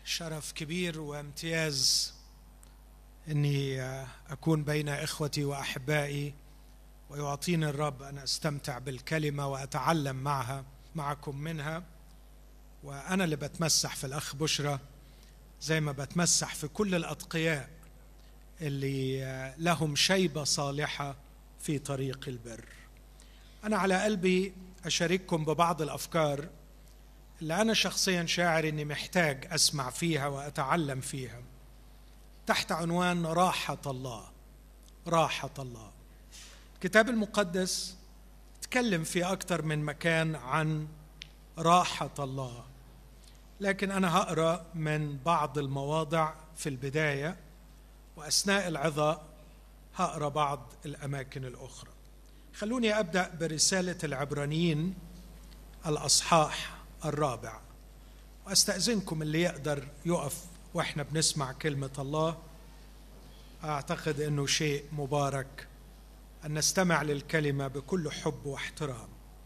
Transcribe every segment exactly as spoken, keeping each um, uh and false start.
شرف كبير وامتياز أني أكون بين إخوتي وأحبائي، ويعطيني الرب أن أستمتع بالكلمة وأتعلم معها معكم منها. وأنا اللي بتمسح في الأخ بشرى زي ما بتمسح في كل الأتقياء اللي لهم شيبة صالحة في طريق البر. أنا على قلبي أشارككم ببعض الأفكار اللي أنا شخصياً شاعر أني محتاج أسمع فيها وأتعلم فيها، تحت عنوان راحة الله. راحة الله. الكتاب المقدس تكلم في أكثر من مكان عن راحة الله، لكن أنا هقرأ من بعض المواضع في البداية، وأثناء العظة هقرأ بعض الأماكن الأخرى. خلوني أبدأ برسالة العبرانيين الأصحاح الرابع، وأستأذنكم اللي يقدر يقف وإحنا بنسمع كلمة الله. أعتقد أنه شيء مبارك أن نستمع للكلمة بكل حب واحترام.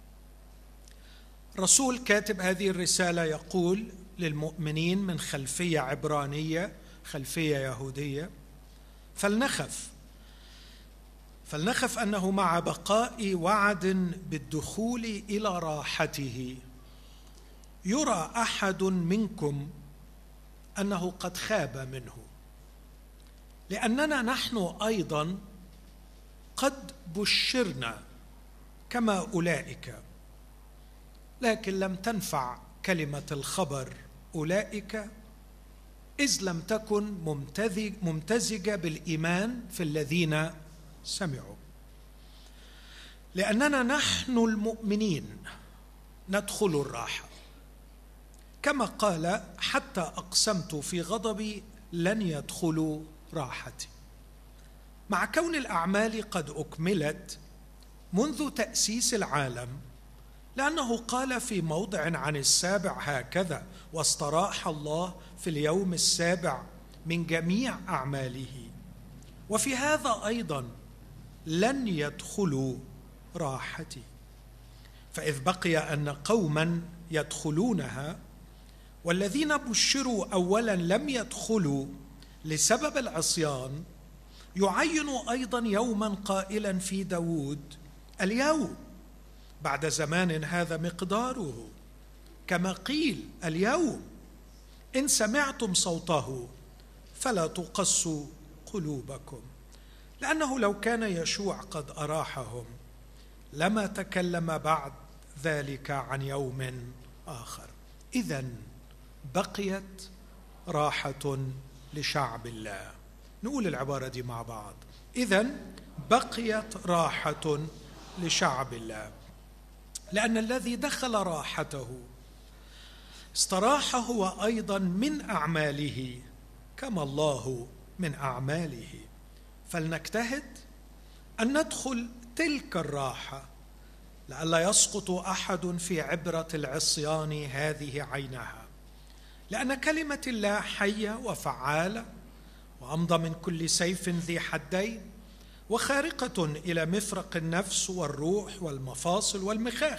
رسول كاتب هذه الرسالة يقول للمؤمنين من خلفية عبرانية، خلفية يهودية: فلنخف فلنخف أنه مع بقاء وعد بالدخول إلى راحته يرى أحد منكم أنه قد خاب منه، لأننا نحن أيضا قد بشرنا كما أولئك، لكن لم تنفع كلمة الخبر أولئك، إذ لم تكن ممتزج ممتزجة بالإيمان في الذين سمعوا. لأننا نحن المؤمنين ندخل الراحة، كما قال: حتى أقسمت في غضبي لن يدخلوا راحتي. مع كون الأعمال قد أكملت منذ تأسيس العالم، لأنه قال في موضع عن السابع هكذا: واستراح الله في اليوم السابع من جميع أعماله. وفي هذا أيضا لن يدخلوا راحتي. فإذ بقي أن قوما يدخلونها، والذين بشروا أولا لم يدخلوا لسبب العصيان، يعين أيضا يوما قائلا في داود: اليوم بعد زمان هذا مقداره، كما قيل: اليوم إن سمعتم صوته فلا تقسوا قلوبكم. لأنه لو كان يشوع قد أراحهم لما تكلم بعد ذلك عن يوم آخر. إذن بقيت راحة لشعب الله. نقول العبارة دي مع بعض: إذن بقيت راحة لشعب الله، لأن الذي دخل راحته استراح هو أيضا من أعماله كما الله من أعماله. فلنجتهد أن ندخل تلك الراحة، لئلا يسقط أحد في عبرة العصيان هذه عينها. لأن كلمة الله حية وفعالة، وأمضى من كل سيف ذي حدين، وخارقة إلى مفرق النفس والروح والمفاصل والمخاخ،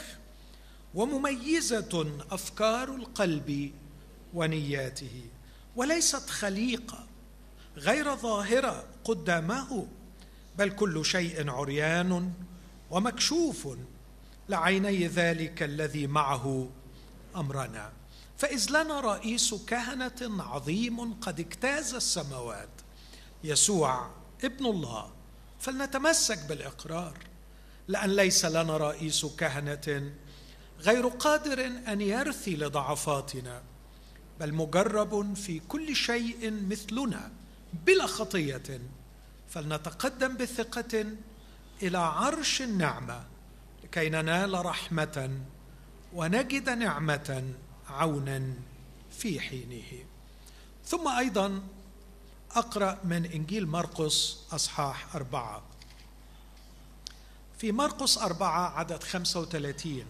ومميزة أفكار القلب ونياته. وليست خليقة غير ظاهرة قدامه، بل كل شيء عريان ومكشوف لعيني ذلك الذي معه أمرنا. فإذ لنا رئيس كهنة عظيم قد اجتاز السماوات، يسوع ابن الله، فلنتمسك بالإقرار، لأن ليس لنا رئيس كهنة غير قادر أن يرثي لضعفاتنا، بل مجرب في كل شيء مثلنا بلا خطية. فلنتقدم بثقة إلى عرش النعمة لكي ننال رحمة ونجد نعمة عونا في حينه. ثم أيضا أقرأ من إنجيل مرقس أصحاح أربعة. في مرقس أربعة عدد خمسة وثلاثين: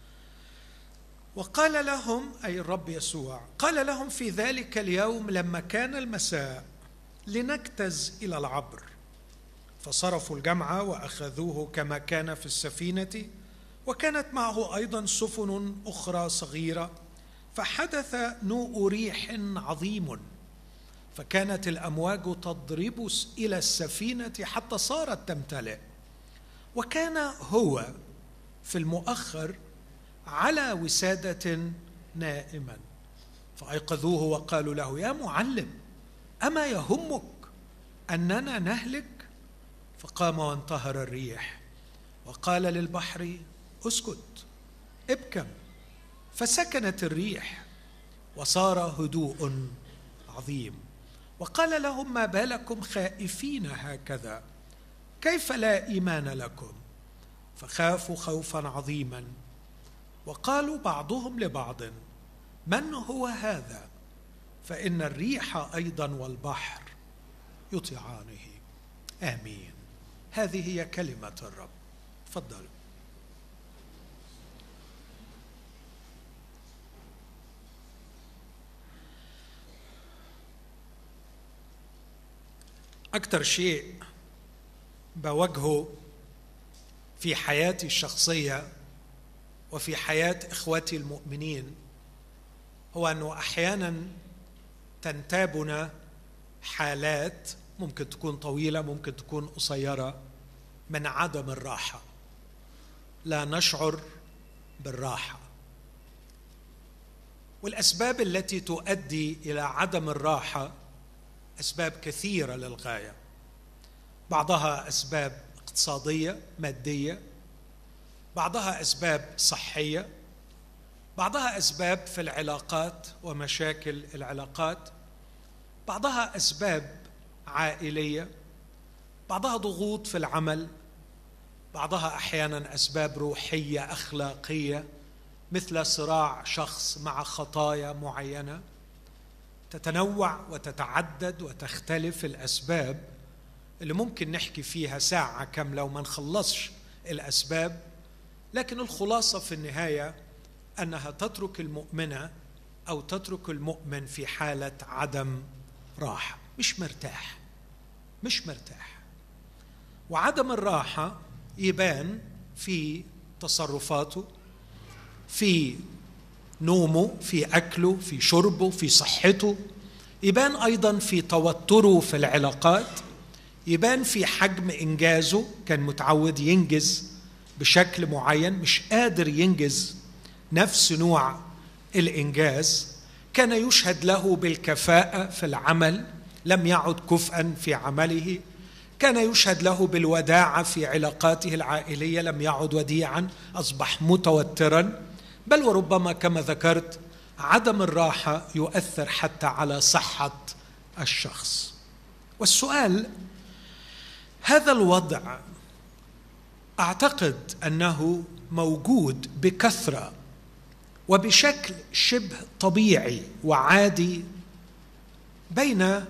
وقال لهم، أي الرب يسوع، قال لهم في ذلك اليوم لما كان المساء: لنجتز إلى العبر. فصرفوا الجمع وأخذوه كما كان في السفينة، وكانت معه أيضا سفن أخرى صغيرة فحدث نوء ريح عظيم، فكانت الأمواج تضرب إلى السفينة حتى صارت تمتلئ، وكان هو في المؤخر على وسادة نائما. فأيقظوه وقالوا له: يا معلم، أما يهمك أننا نهلك؟ فقام وانتهر الريح وقال للبحر: اسكت، ابكم. فسكنت الريح وصار هدوء عظيم. وقال لهم: ما بالكم خائفين هكذا؟ كيف لا إيمان لكم؟ فخافوا خوفا عظيما، وقالوا بعضهم لبعض: من هو هذا؟ فإن الريح أيضا والبحر يطيعانه. آمين. هذه هي كلمة الرب. تفضلوا. أكثر شيء بواجهه في حياتي الشخصية وفي حياة إخوتي المؤمنين هو أنه أحيانا تنتابنا حالات ممكن تكون طويلة، ممكن تكون قصيرة، من عدم الراحة. لا نشعر بالراحة، والأسباب التي تؤدي إلى عدم الراحة أسباب كثيرة للغاية. بعضها أسباب اقتصادية مادية، بعضها أسباب صحية، بعضها أسباب في العلاقات ومشاكل العلاقات، بعضها أسباب عائلية، بعضها ضغوط في العمل، بعضها أحيانا أسباب روحية أخلاقية مثل صراع شخص مع خطايا معينة. تتنوع وتتعدد وتختلف الأسباب اللي ممكن نحكي فيها ساعة كاملة وما نخلصش الأسباب، لكن الخلاصة في النهاية أنها تترك المؤمنة أو تترك المؤمن في حالة عدم راحة، مش مرتاح مش مرتاح. وعدم الراحة يبان في تصرفاته، في نومه، في أكله، في شربه، في صحته، يبان أيضا في توتره في العلاقات، يبان في حجم إنجازه. كان متعود ينجز بشكل معين، مش قادر ينجز نفس نوع الإنجاز. كان يشهد له بالكفاءة في العمل، لم يعد كفءا في عمله. كان يشهد له بالوداعة في علاقاته العائلية، لم يعد وديعا، أصبح متوترا. بل وربما كما ذكرت عدم الراحة يؤثر حتى على صحة الشخص. والسؤال، هذا الوضع أعتقد أنه موجود بكثرة وبشكل شبه طبيعي وعادي بين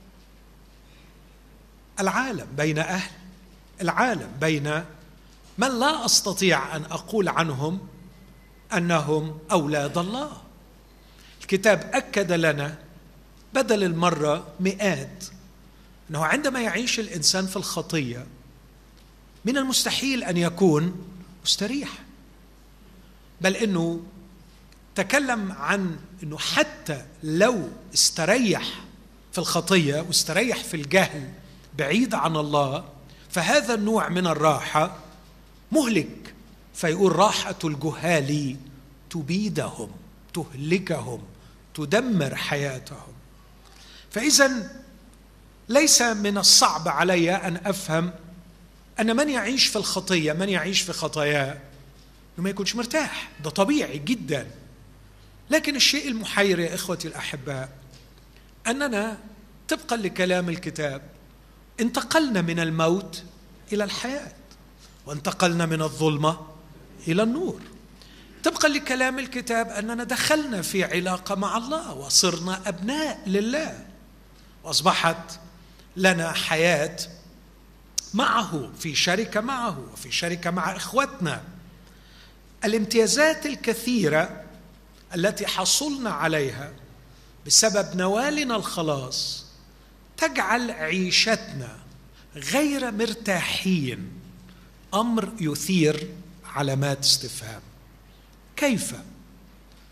العالم، بين أهل العالم، بين من لا أستطيع أن أقول عنهم أنهم أولاد الله. الكتاب أكد لنا بدل المرة مئات أنه عندما يعيش الإنسان في الخطية من المستحيل أن يكون مستريح، بل أنه تكلم عن أنه حتى لو استريح في الخطية واستريح في الجهل بعيد عن الله، فهذا النوع من الراحة مهلك. فيقول: راحة الجهال تبيدهم، تهلكهم، تدمر حياتهم. فإذا ليس من الصعب علي أن أفهم أن من يعيش في الخطية، من يعيش في خطاياه، إنه ما يكونش مرتاح. ده طبيعي جدا. لكن الشيء المحير يا إخوتي الأحباء أننا طبقا لكلام الكتاب انتقلنا من الموت إلى الحياة، وانتقلنا من الظلمة إلى النور. طبقا لكلام الكتاب أننا دخلنا في علاقة مع الله وصرنا أبناء لله، وأصبحت لنا حياة معه، في شركة معه وفي شركة مع إخوتنا. الامتيازات الكثيرة التي حصلنا عليها بسبب نوالنا الخلاص تجعل عيشتنا غير مرتاحين. أمر يثير علامات استفهام. كيف؟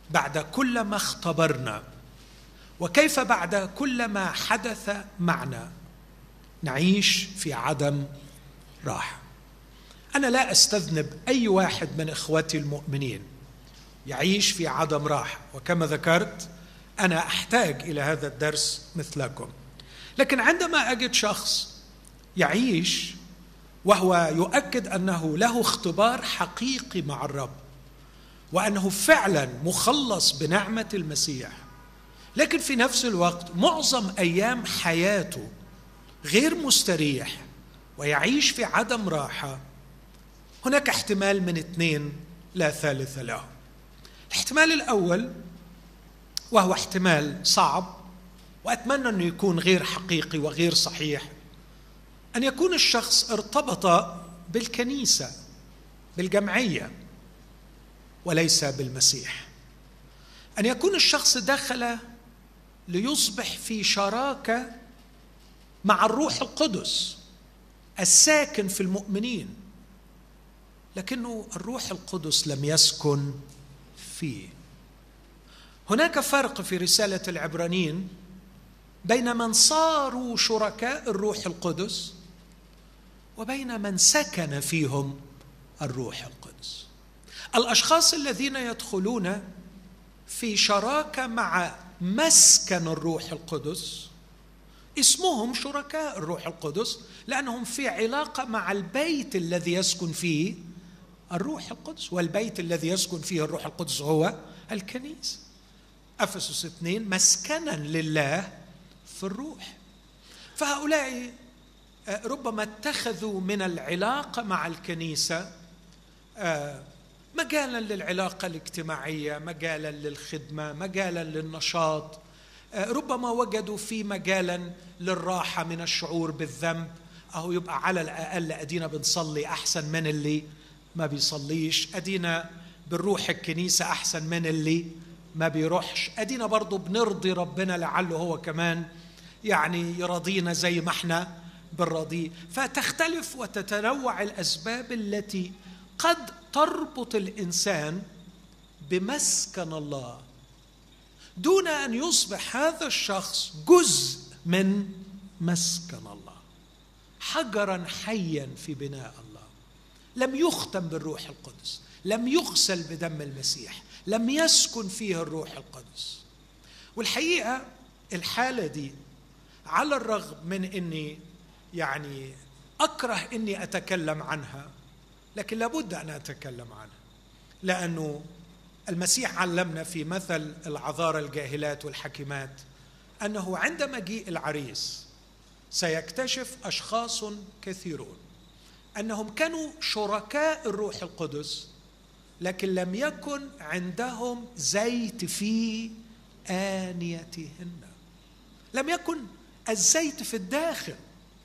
بعد كل ما اختبرنا، وكيف بعد كل ما حدث معنا نعيش في عدم راحة. أنا لا أستذنب أي واحد من إخوتي المؤمنين يعيش في عدم راحة، وكما ذكرت أنا أحتاج إلى هذا الدرس مثلكم. لكن عندما أجد شخص يعيش وهو يؤكد أنه له اختبار حقيقي مع الرب، وأنه فعلا مخلص بنعمة المسيح، لكن في نفس الوقت معظم أيام حياته غير مستريح ويعيش في عدم راحة، هناك احتمال من اثنين لا ثالث له. الاحتمال الأول، وهو احتمال صعب وأتمنى أنه يكون غير حقيقي وغير صحيح، أن يكون الشخص ارتبط بالكنيسة بالجمعية وليس بالمسيح. أن يكون الشخص دخل ليصبح في شراكة مع الروح القدس الساكن في المؤمنين، لكنه الروح القدس لم يسكن فيه. هناك فرق في رسالة العبرانيين بين من صاروا شركاء الروح القدس وبين من سكن فيهم الروح القدس. الأشخاص الذين يدخلون في شراكة مع مسكن الروح القدس اسمهم شركاء الروح القدس، لأنهم في علاقة مع البيت الذي يسكن فيه الروح القدس، والبيت الذي يسكن فيه الروح القدس هو الكنيسة. أفسس اثنين مسكنا لله في الروح. فهؤلاء ربما اتخذوا من العلاقة مع الكنيسة مجالا للعلاقة الاجتماعية، مجالا للخدمة، مجالا للنشاط، ربما وجدوا فيه مجالا للراحة من الشعور بالذنب. أهو يبقى على الأقل أدينا بنصلي أحسن من اللي ما بيصليش، أدينا بنروح الكنيسة أحسن من اللي ما بيروحش، أدينا برضو بنرضي ربنا لعله هو كمان يعني يرضينا زي ما احنا بنرضيه. فتختلف وتتنوع الأسباب التي قد تربط الإنسان بمسكن الله دون أن يصبح هذا الشخص جزء من مسكن الله، حجرا حيا في بناء الله، لم يختم بالروح القدس، لم يغسل بدم المسيح، لم يسكن فيه الروح القدس. والحقيقة الحالة دي على الرغم من أني يعني أكره أني أتكلم عنها، لكن لابد أن أتكلم عنها، لأنه المسيح علمنا في مثل العذارى الجاهلات والحكيمات أنه عند مجيء العريس سيكتشف أشخاص كثيرون أنهم كانوا شركاء الروح القدس، لكن لم يكن عندهم زيت في آنيتهن، لم يكن الزيت في الداخل.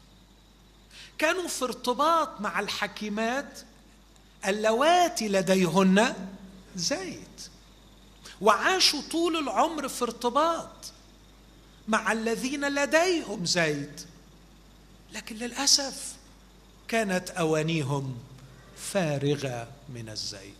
كانوا في ارتباط مع الحكيمات اللواتي لديهن زيت، وعاشوا طول العمر في ارتباط مع الذين لديهم زيت، لكن للأسف كانت أوانيهم فارغة من الزيت.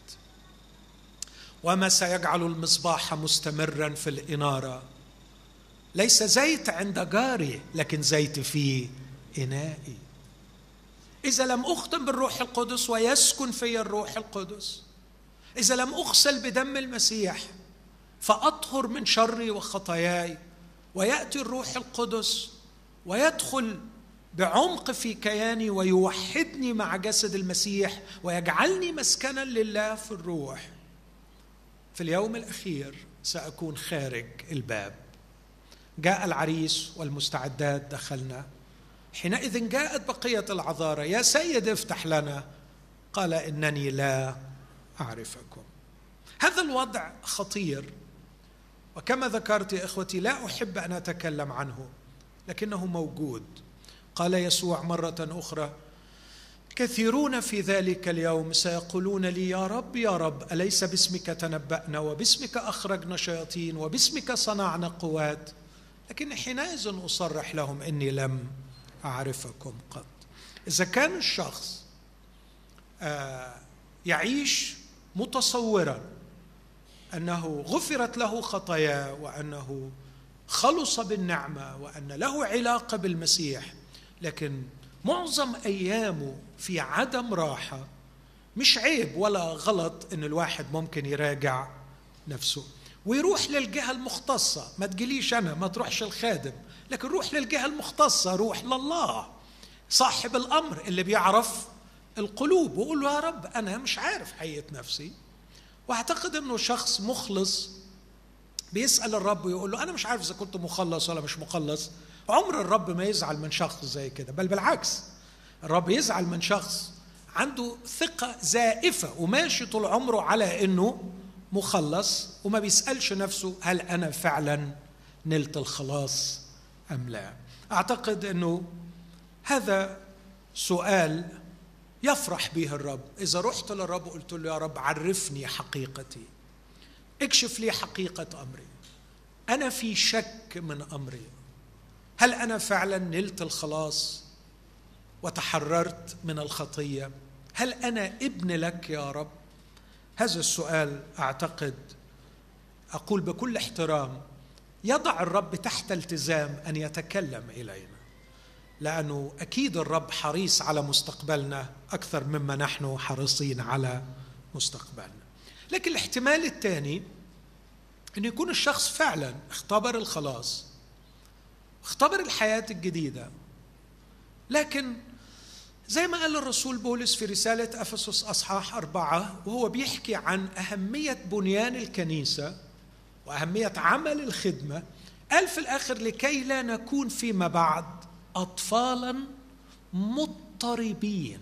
وما سيجعل المصباح مستمرا في الإنارة ليس زيت عند جاري، لكن زيت في إنائي. إذا لم أختم بالروح القدس ويسكن في الروح القدس، إذا لم أغسل بدم المسيح فأطهر من شري وخطاياي، ويأتي الروح القدس ويدخل بعمق في كياني ويوحدني مع جسد المسيح ويجعلني مسكنا لله في الروح، في اليوم الأخير سأكون خارج الباب. جاء العريس والمستعدات دخلنا، حينئذ جاءت بقية العذارى: يا سيد افتح لنا. قال: إنني لا أعرفكم. هذا الوضع خطير، وكما ذكرت يا إخوتي لا أحب أن أتكلم عنه، لكنه موجود. قال يسوع مرة أخرى: كثيرون في ذلك اليوم سيقولون لي يا رب يا رب أليس باسمك تنبأنا وباسمك أخرجنا شياطين وباسمك صنعنا قوات؟ لكن حينئذ أصرح لهم إني لم أعرفكم قط. إذا كان الشخص يعيش متصورا أنه غفرت له خطاياه، وأنه خلص بالنعمة، وأن له علاقة بالمسيح، لكن معظم أيامه في عدم راحة. مش عيب ولا غلط إن الواحد ممكن يراجع نفسه ويروح للجهة المختصة. ما تجيليش أنا، ما تروحش الخادم، لكن روح للجهة المختصة، روح لله صاحب الأمر اللي بيعرف القلوب، وقول له يا رب أنا مش عارف حقيقة نفسي. واعتقد أنه شخص مخلص بيسأل الرب ويقول له أنا مش عارف إذا كنت مخلص ولا مش مخلص. عمر الرب ما يزعل من شخص زي كده، بل بالعكس الرب يزعل من شخص عنده ثقة زائفة وماشي طول عمره على أنه مخلص وما بيسألش نفسه هل أنا فعلا نلت الخلاص أم لا. أعتقد أنه هذا سؤال يفرح به الرب. إذا رحت للرب وقلت له يا رب عرفني حقيقتي، اكشف لي حقيقة أمري، أنا في شك من أمري، هل أنا فعلا نلت الخلاص وتحررت من الخطية؟ هل أنا ابن لك يا رب؟ هذا السؤال أعتقد، أقول بكل احترام، يضع الرب تحت التزام أن يتكلم إلينا، لأنه أكيد الرب حريص على مستقبلنا أكثر مما نحن حريصين على مستقبلنا. لكن الاحتمال الثاني أن يكون الشخص فعلا اختبر الخلاص، اختبر الحياة الجديدة، لكن زي ما قال الرسول بولس في رسالة أفسس أصحاح أربعة وهو بيحكي عن أهمية بنيان الكنيسة وأهمية عمل الخدمة، قال في الآخر لكي لا نكون فيما بعد أطفالا مضطربين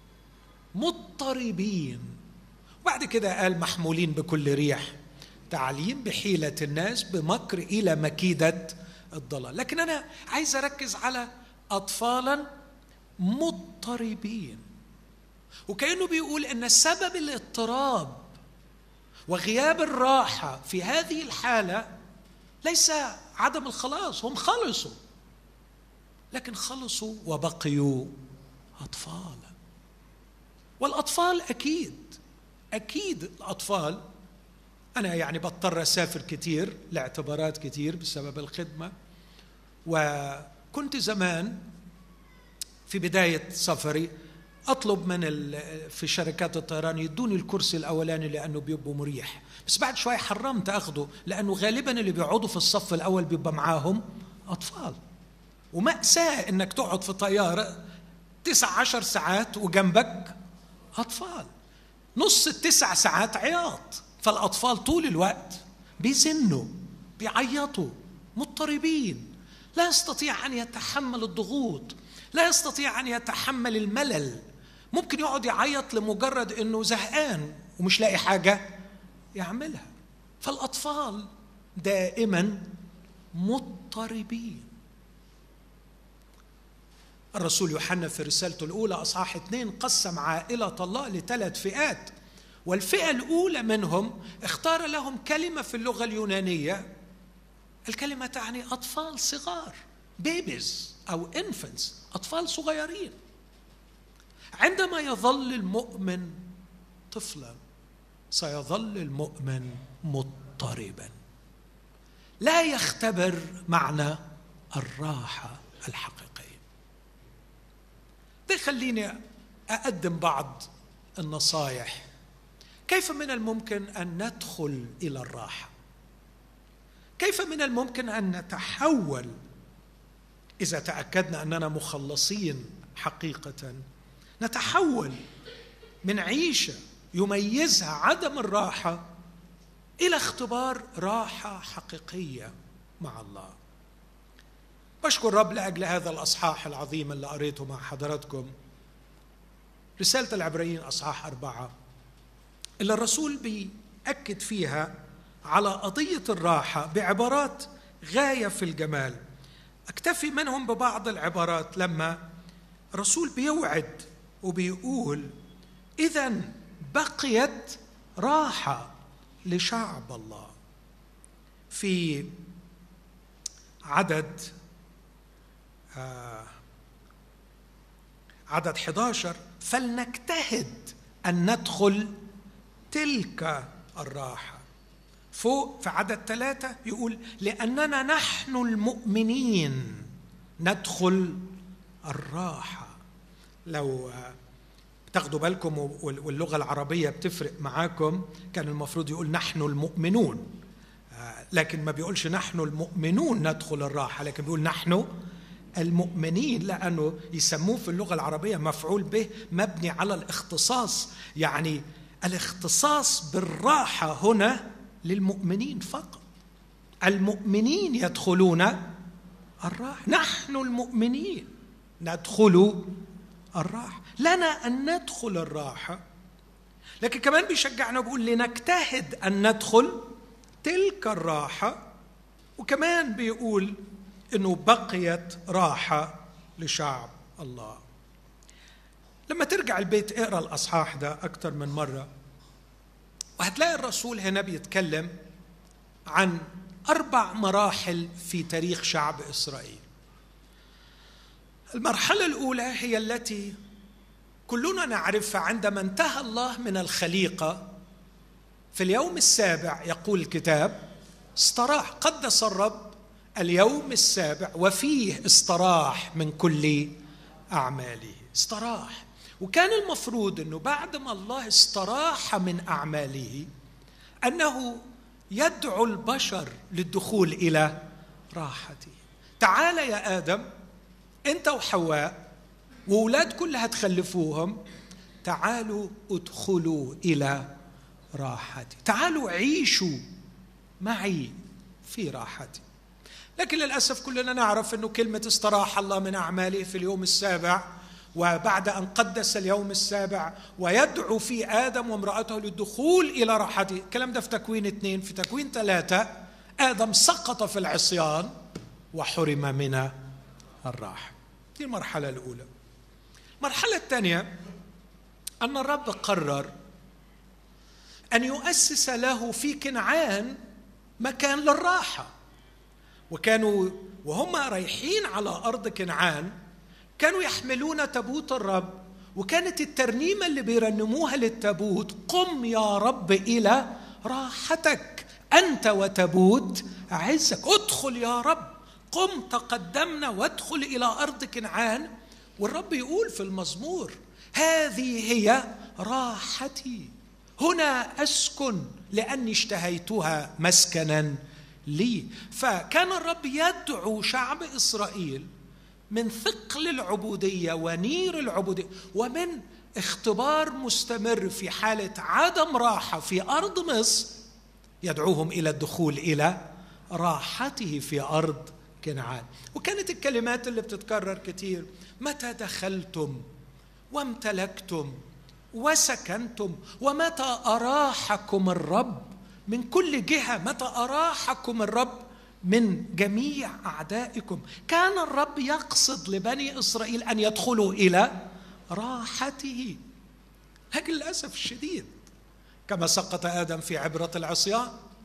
مضطربين بعد كده قال محمولين بكل ريح تعليم بحيلة الناس بمكر إلى مكيدة الضلال. لكن أنا عايز أركز على أطفالا مضطربين، وكأنه بيقول أن سبب الاضطراب وغياب الراحة في هذه الحالة ليس عدم الخلاص، هم خلصوا لكن خلصوا وبقيوا أطفال. والأطفال أكيد أكيد الأطفال، أنا يعني بضطر أسافر كتير لاعتبارات كتير بسبب الخدمة، وكنت زمان في بداية سفري أطلب من في شركات الطيران يدوني الكرسي الأولاني لأنه بيبقى مريح، بس بعد شوي حرمت أخده لأنه غالبا اللي بيقعدوا في الصف الأول بيبقى معاهم أطفال، ومأساة إنك تقعد في طيارة تسع عشر ساعات وجنبك أطفال، نص التسع ساعات عياط، فالأطفال طول الوقت بيزنوا بيعيطوا مضطربين، لا يستطيع أن يتحمل الضغوط، لا يستطيع أن يتحمل الملل، ممكن يقعد يعيط لمجرد أنه زهقان ومش لاقي حاجة يعملها. فالأطفال دائما مضطربين. الرسول يوحنا في رسالته الأولى أصحاح اثنين قسم عائلة الله لثلاث فئات، والفئة الأولى منهم اختار لهم كلمة في اللغة اليونانية، الكلمة تعني أطفال صغار، بيبيز أو إنفنتس، أطفال صغيرين. عندما يظل المؤمن طفلا سيظل المؤمن مضطربا، لا يختبر معنى الراحة الحقيقية. ده خليني أقدم بعض النصائح كيف من الممكن أن ندخل إلى الراحة، كيف من الممكن أن نتحول إذا تأكدنا أننا مخلصين حقيقة، نتحول من عيشة يميزها عدم الراحة إلى اختبار راحة حقيقية مع الله. بشكر الرب لأجل هذا الأصحاح العظيم اللي قريته مع حضراتكم، رسالة العبرانيين أصحاح أربعة، اللي الرسول بيأكد فيها على قضية الراحة بعبارات غاية في الجمال. أكتفي منهم ببعض العبارات لما الرسول بيوعد وبيقول إذن بقيت راحة لشعب الله. في عدد آه عدد أحد عشر فلنجتهد أن ندخل تلك الراحة فوق في عدد ثلاثة يقول لأننا نحن المؤمنين ندخل الراحة. لو تاخدوا بالكم واللغة العربية بتفرق معاكم، كان المفروض يقول نحن المؤمنون، لكن ما بيقولش نحن المؤمنون ندخل الراحة، لكن بيقول نحن المؤمنين، لأنه يسموه في اللغة العربية مفعول به مبني على الاختصاص. يعني الاختصاص بالراحة هنا للمؤمنين فقط. المؤمنين يدخلون الراحة، نحن المؤمنين ندخل الراحة. لنا أن ندخل الراحة، لكن كمان بيشجعنا بيقول لنجتهد أن ندخل تلك الراحة. وكمان بيقول إنه بقيت راحة لشعب الله. لما ترجع البيت اقرأ الأصحاح ده أكتر من مرة، وهتلاقي الرسول هنا بيتكلم عن أربع مراحل في تاريخ شعب إسرائيل. المرحلة الأولى هي التي كلنا نعرفها، عندما انتهى الله من الخليقة في اليوم السابع، يقول الكتاب استراح، قدس الرب اليوم السابع وفيه استراح من كل أعماله. استراح، وكان المفروض أنه بعد ما الله استراح من أعماله أنه يدعو البشر للدخول إلى راحته. تعال يا آدم أنت وحواء وأولاد كلها تخلفوهم، تعالوا ادخلوا إلى راحتي، تعالوا عيشوا معي في راحتي. لكن للأسف كلنا نعرف أنه كلمة استراح الله من أعماله في اليوم السابع، وبعد أن قدس اليوم السابع ويدعو في آدم وامرأته للدخول إلى راحته. الكلام ده في تكوين اثنين. في تكوين ثلاثة آدم سقط في العصيان وحرم من الراحة. دي المرحلة الأولى. المرحلة الثانية أن الرب قرر أن يؤسس له في كنعان مكان للراحة. وكانوا وهم رايحين على أرض كنعان كانوا يحملون تابوت الرب، وكانت الترنيمة اللي بيرنموها للتابوت قم يا رب إلى راحتك أنت وتابوت عزك. ادخل يا رب، قم تقدمنا وادخل إلى أرض كنعان. والرب يقول في المزمور هذه هي راحتي، هنا أسكن لأني اشتهيتها مسكنا لي. فكان الرب يدعو شعب إسرائيل من ثقل العبودية ونير العبودية ومن اختبار مستمر في حالة عدم راحة في أرض مصر، يدعوهم إلى الدخول إلى راحته في أرض كنعان. وكانت الكلمات اللي بتتكرر كتير: متى دخلتم وامتلكتم وسكنتم، ومتى أراحكم الرب من كل جهة، متى أراحكم الرب من جميع أعدائكم. كان الرب يقصد لبني إسرائيل أن يدخلوا إلى راحته، لكن للأسف الشديد كما سقط آدم في عبرة العصيان،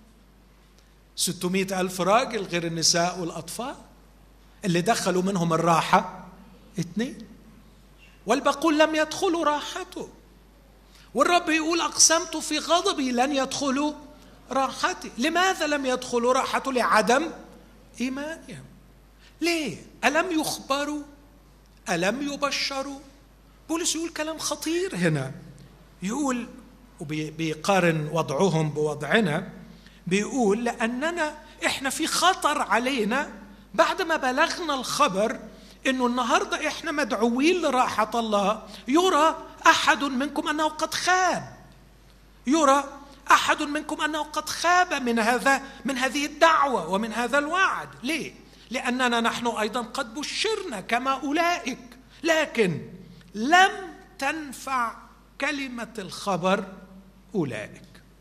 ستمائة ألف راجل غير النساء والأطفال اللي دخلوا منهم الراحة اثنين، والباقون لم يدخلوا راحته. والرب يقول أقسمت في غضبي لن يدخلوا راحتي. لماذا لم يدخلوا راحته؟ لعدم إيمانهم. ليه؟ ألم يخبروا؟ ألم يبشروا؟ بولس يقول كلام خطير هنا، يقول وبيقارن وضعهم بوضعنا، بيقول لأننا إحنا في خطر علينا بعد ما بلغنا الخبر إنه النهاردة إحنا مدعوين لراحة الله. يرى أحد منكم أنه قد خاب، يرى أحد منكم أنه قد خاب من هذا من هذه الدعوة ومن هذا الوعد. ليه؟ لأننا نحن أيضا قد بشرنا كما أولئك، لكن لم تنفع كلمة الخبر أولئك.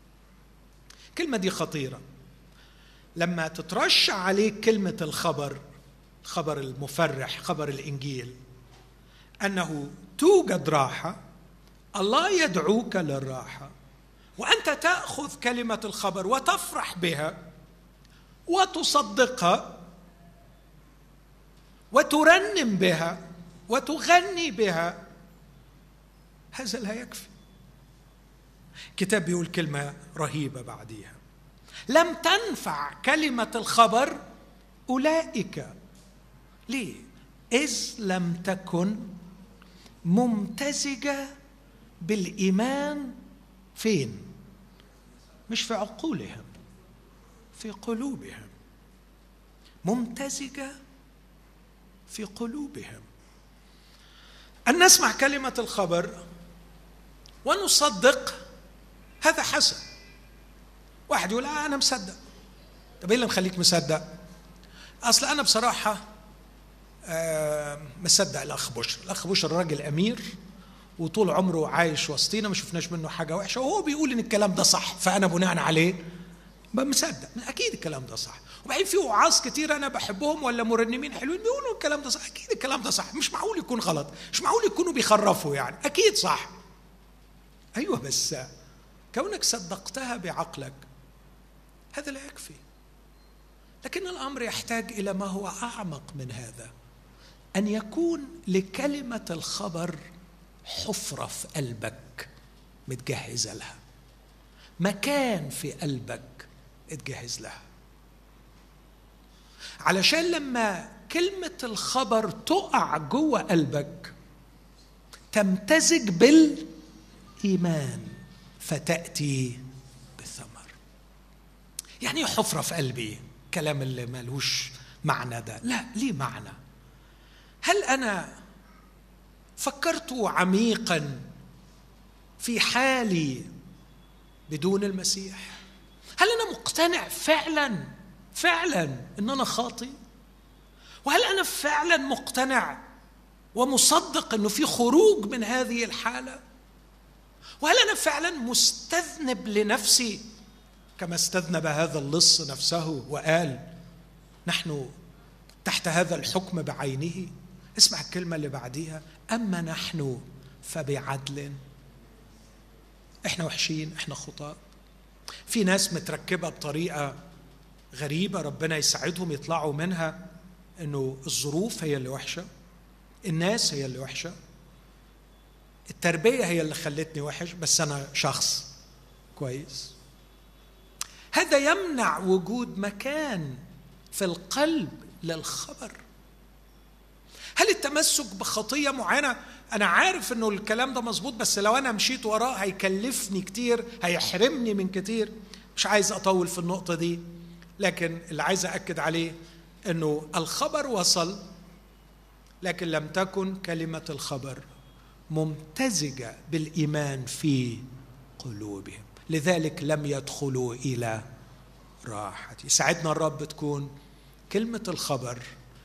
كلمة دي خطيرة. لما تترشح عليك كلمة الخبر، الخبر المفرح، خبر الإنجيل، أنه توجد راحة، الله يدعوك للراحة، وأنت تأخذ كلمة الخبر وتفرح بها وتصدقها وترنم بها وتغني بها، هذا لا يكفي. كتاب بيقول كلمة رهيبة بعديها: لم تنفع كلمة الخبر أولئك. ليه؟ إذ لم تكن ممتزجة بالإيمان. فين؟ مش في عقولهم، في قلوبهم. ممتزجة في قلوبهم. أن نسمع كلمة الخبر ونصدق هذا حسن. واحد يقول آه أنا مصدق. طب إيه اللي مخليك مصدق؟ أصل أنا بصراحة آه مصدق الأخ بشر. الأخ بشر راجل أمير وطول عمره عايش وسطينا، ما شفناش منه حاجة وحشة، وهو بيقول إن الكلام ده صح، فأنا بناء عليه مصدق. أكيد الكلام ده صح. وبعدين في وعاظ كتير أنا بحبهم ولا مرنمين حلوين بيقولوا الكلام ده صح. أكيد الكلام ده صح، مش معقول يكون غلط، مش معقول يكونوا بيخرفوا يعني، أكيد صح. أيوة، بس كونك صدقتها بعقلك هذا لا يكفي. لكن الأمر يحتاج إلى ما هو أعمق من هذا، أن يكون لكلمة الخبر حفرة في قلبك متجهزة لها، مكان في قلبك اتجهز لها، علشان لما كلمة الخبر تقع جوه قلبك تمتزج بالإيمان فتأتي بالثمر. يعني حفرة في قلبي، كلام اللي مالوش معنى ده، لا ليه معنى. هل أنا فكرت عميقا في حالي بدون المسيح؟ هل أنا مقتنع فعلا فعلا أن أنا خاطئ؟ وهل أنا فعلا مقتنع ومصدق أنه في خروج من هذه الحالة؟ وهل أنا فعلا مستذنب لنفسي كما استذنب هذا اللص نفسه وقال نحن تحت هذا الحكم بعينه؟ اسمع الكلمة اللي بعديها، أما نحن فبعدل. إحنا وحشين، إحنا خطاء. في ناس متركبة بطريقة غريبة، ربنا يساعدهم يطلعوا منها، إنه الظروف هي اللي وحشة، الناس هي اللي وحشة، التربية هي اللي خلتني وحش، بس أنا شخص كويس. هذا يمنع وجود مكان في القلب للخبر. هل التمسك بخطية معينة أنا عارف أنه الكلام ده مظبوط، بس لو أنا مشيت وراه هيكلفني كتير، هيحرمني من كتير؟ مش عايز أطول في النقطة دي، لكن اللي عايز أكد عليه أنه الخبر وصل، لكن لم تكن كلمة الخبر ممتزجة بالإيمان في قلوبهم، لذلك لم يدخلوا إلى راحتي. ساعدنا الرب تكون كلمة الخبر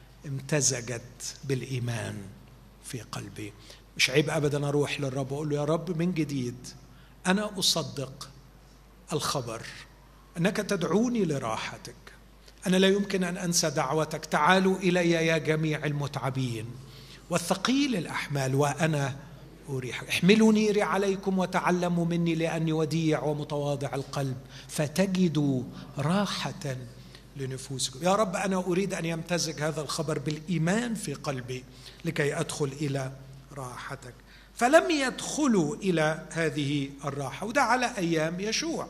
امتزجت بالإيمان في قلبي. مش عيب أبدا أروح للرب وأقول له يا رب من جديد أنا أصدق الخبر أنك تدعوني لراحتك، أنا لا يمكن أن أنسى دعوتك، تعالوا إلي يا جميع المتعبين والثقيل الأحمال وأنا أريح. احملوا نيري عليكم وتعلموا مني لأني وديع ومتواضع القلب فتجدوا راحة لنفوسكم. يا رب أنا أريد أن يمتزج هذا الخبر بالإيمان في قلبي لكي أدخل إلى راحتك. فلم يدخلوا إلى هذه الراحة، وده على أيام يشوع.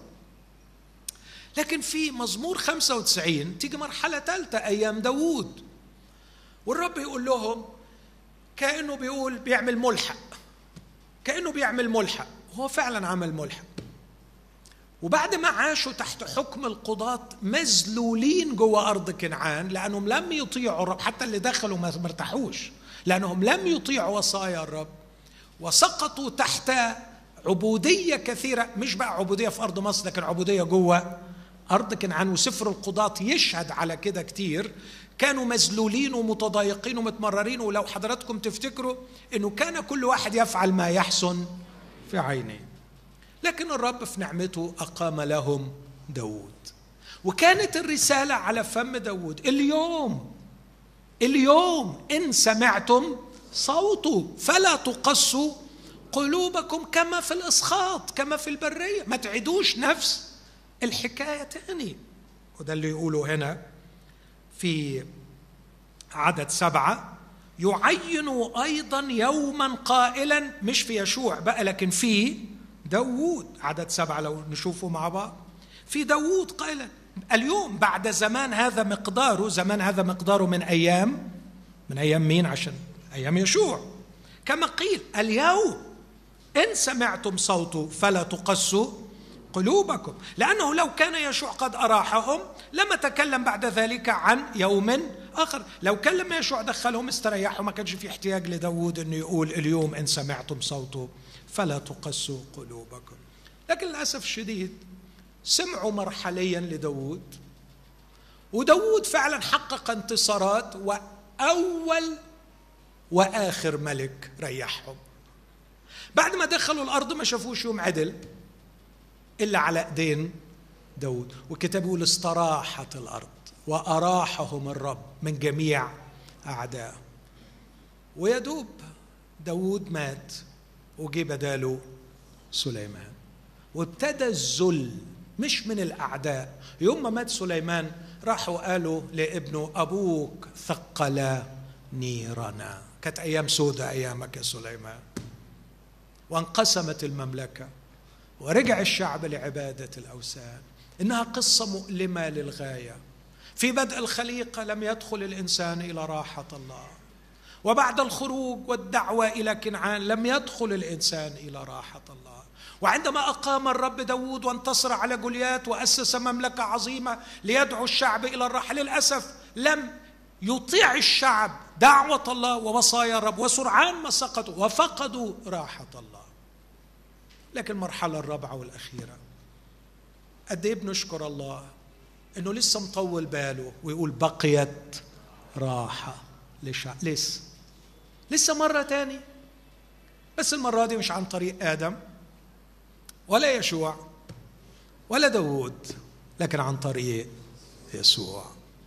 لكن في مزمور خمسة وتسعين تيجي مرحلة ثالثة، أيام داود، والرب يقول لهم كأنه بيقول بيعمل ملحق، كأنه بيعمل ملحق، هو فعلا عمل ملحق. وبعد ما عاشوا تحت حكم القضاة مذلولين جوه أرض كنعان لأنهم لم يطيعوا الرب، حتى اللي دخلوا ما مرتاحوش لأنهم لم يطيعوا وصايا الرب، وسقطوا تحت عبودية كثيرة، مش بقى عبودية في أرض مصر لكن عبودية جوه أرض كنعان. وسفر القضاة يشهد على كده كتير، كانوا مذلولين ومتضايقين ومتمررين. ولو حضراتكم تفتكروا أنه كان كل واحد يفعل ما يحسن في عينيه، لكن الرب في نعمته أقام لهم داود. وكانت الرسالة على فم داود اليوم اليوم إن سمعتم صوته فلا تقسوا قلوبكم كما في الإسخاط كما في البرية. ما تعيدوش نفس الحكاية تاني. وده اللي يقوله هنا في عدد سبعة، يعين أيضا يوما قائلا، مش في يشوع بقى لكن في داود، عدد سبعة لو نشوفه مع بعض، في داود قائلا اليوم بعد زمان هذا مقداره، زمان هذا مقداره من أيام، من أيام مين؟ عشان أيام يشوع. كما قيل اليوم إن سمعتم صوته فلا تقسوا قلوبكم، لأنه لو كان يشوع قد أراحهم لما تكلم بعد ذلك عن يوم آخر. لو كلم يشوع دخلهم استريحوا، ما كانش في احتياج لداود أنه يقول اليوم إن سمعتم صوته فلا تقسوا قلوبكم. لكن للأسف الشديد سمعوا مرحليا لداود، وداود فعلا حقق انتصارات، وأول وآخر ملك ريحهم. بعد ما دخلوا الأرض ما شافوش يوم عدل إلا على أيدين داود، والكتاب يقول استراحت الأرض وأراحهم الرب من جميع أعدائهم. ويدوب داود مات وجي بداله سليمان، وابتدى الذل مش من الأعداء. يوم ما مات سليمان راحوا قالوا لابنه أبوك ثقل نيرنا. كانت أيام سودة أيامك يا سليمان، وانقسمت المملكة ورجع الشعب لعبادة الأوثان. إنها قصة مؤلمة للغاية. في بدء الخليقة لم يدخل الإنسان إلى راحة الله، وبعد الخروج والدعوة إلى كنعان لم يدخل الإنسان إلى راحة الله. وعندما أقام الرب داود وانتصر على جوليات وأسس مملكة عظيمة ليدعو الشعب إلى الراحة، للأسف لم يطيع الشعب دعوة الله ووصايا الرب، وسرعان ما سقطوا وفقدوا راحة الله. لكن المرحلة الرابعة والأخيرة قد إيه بنشكر الله إنه لسه مطول باله ويقول بقيت راحة لشعب. لسه لسه مرة تاني، بس المرة دي مش عن طريق آدم ولا يشوع ولا داود، لكن عن طريق يسوع.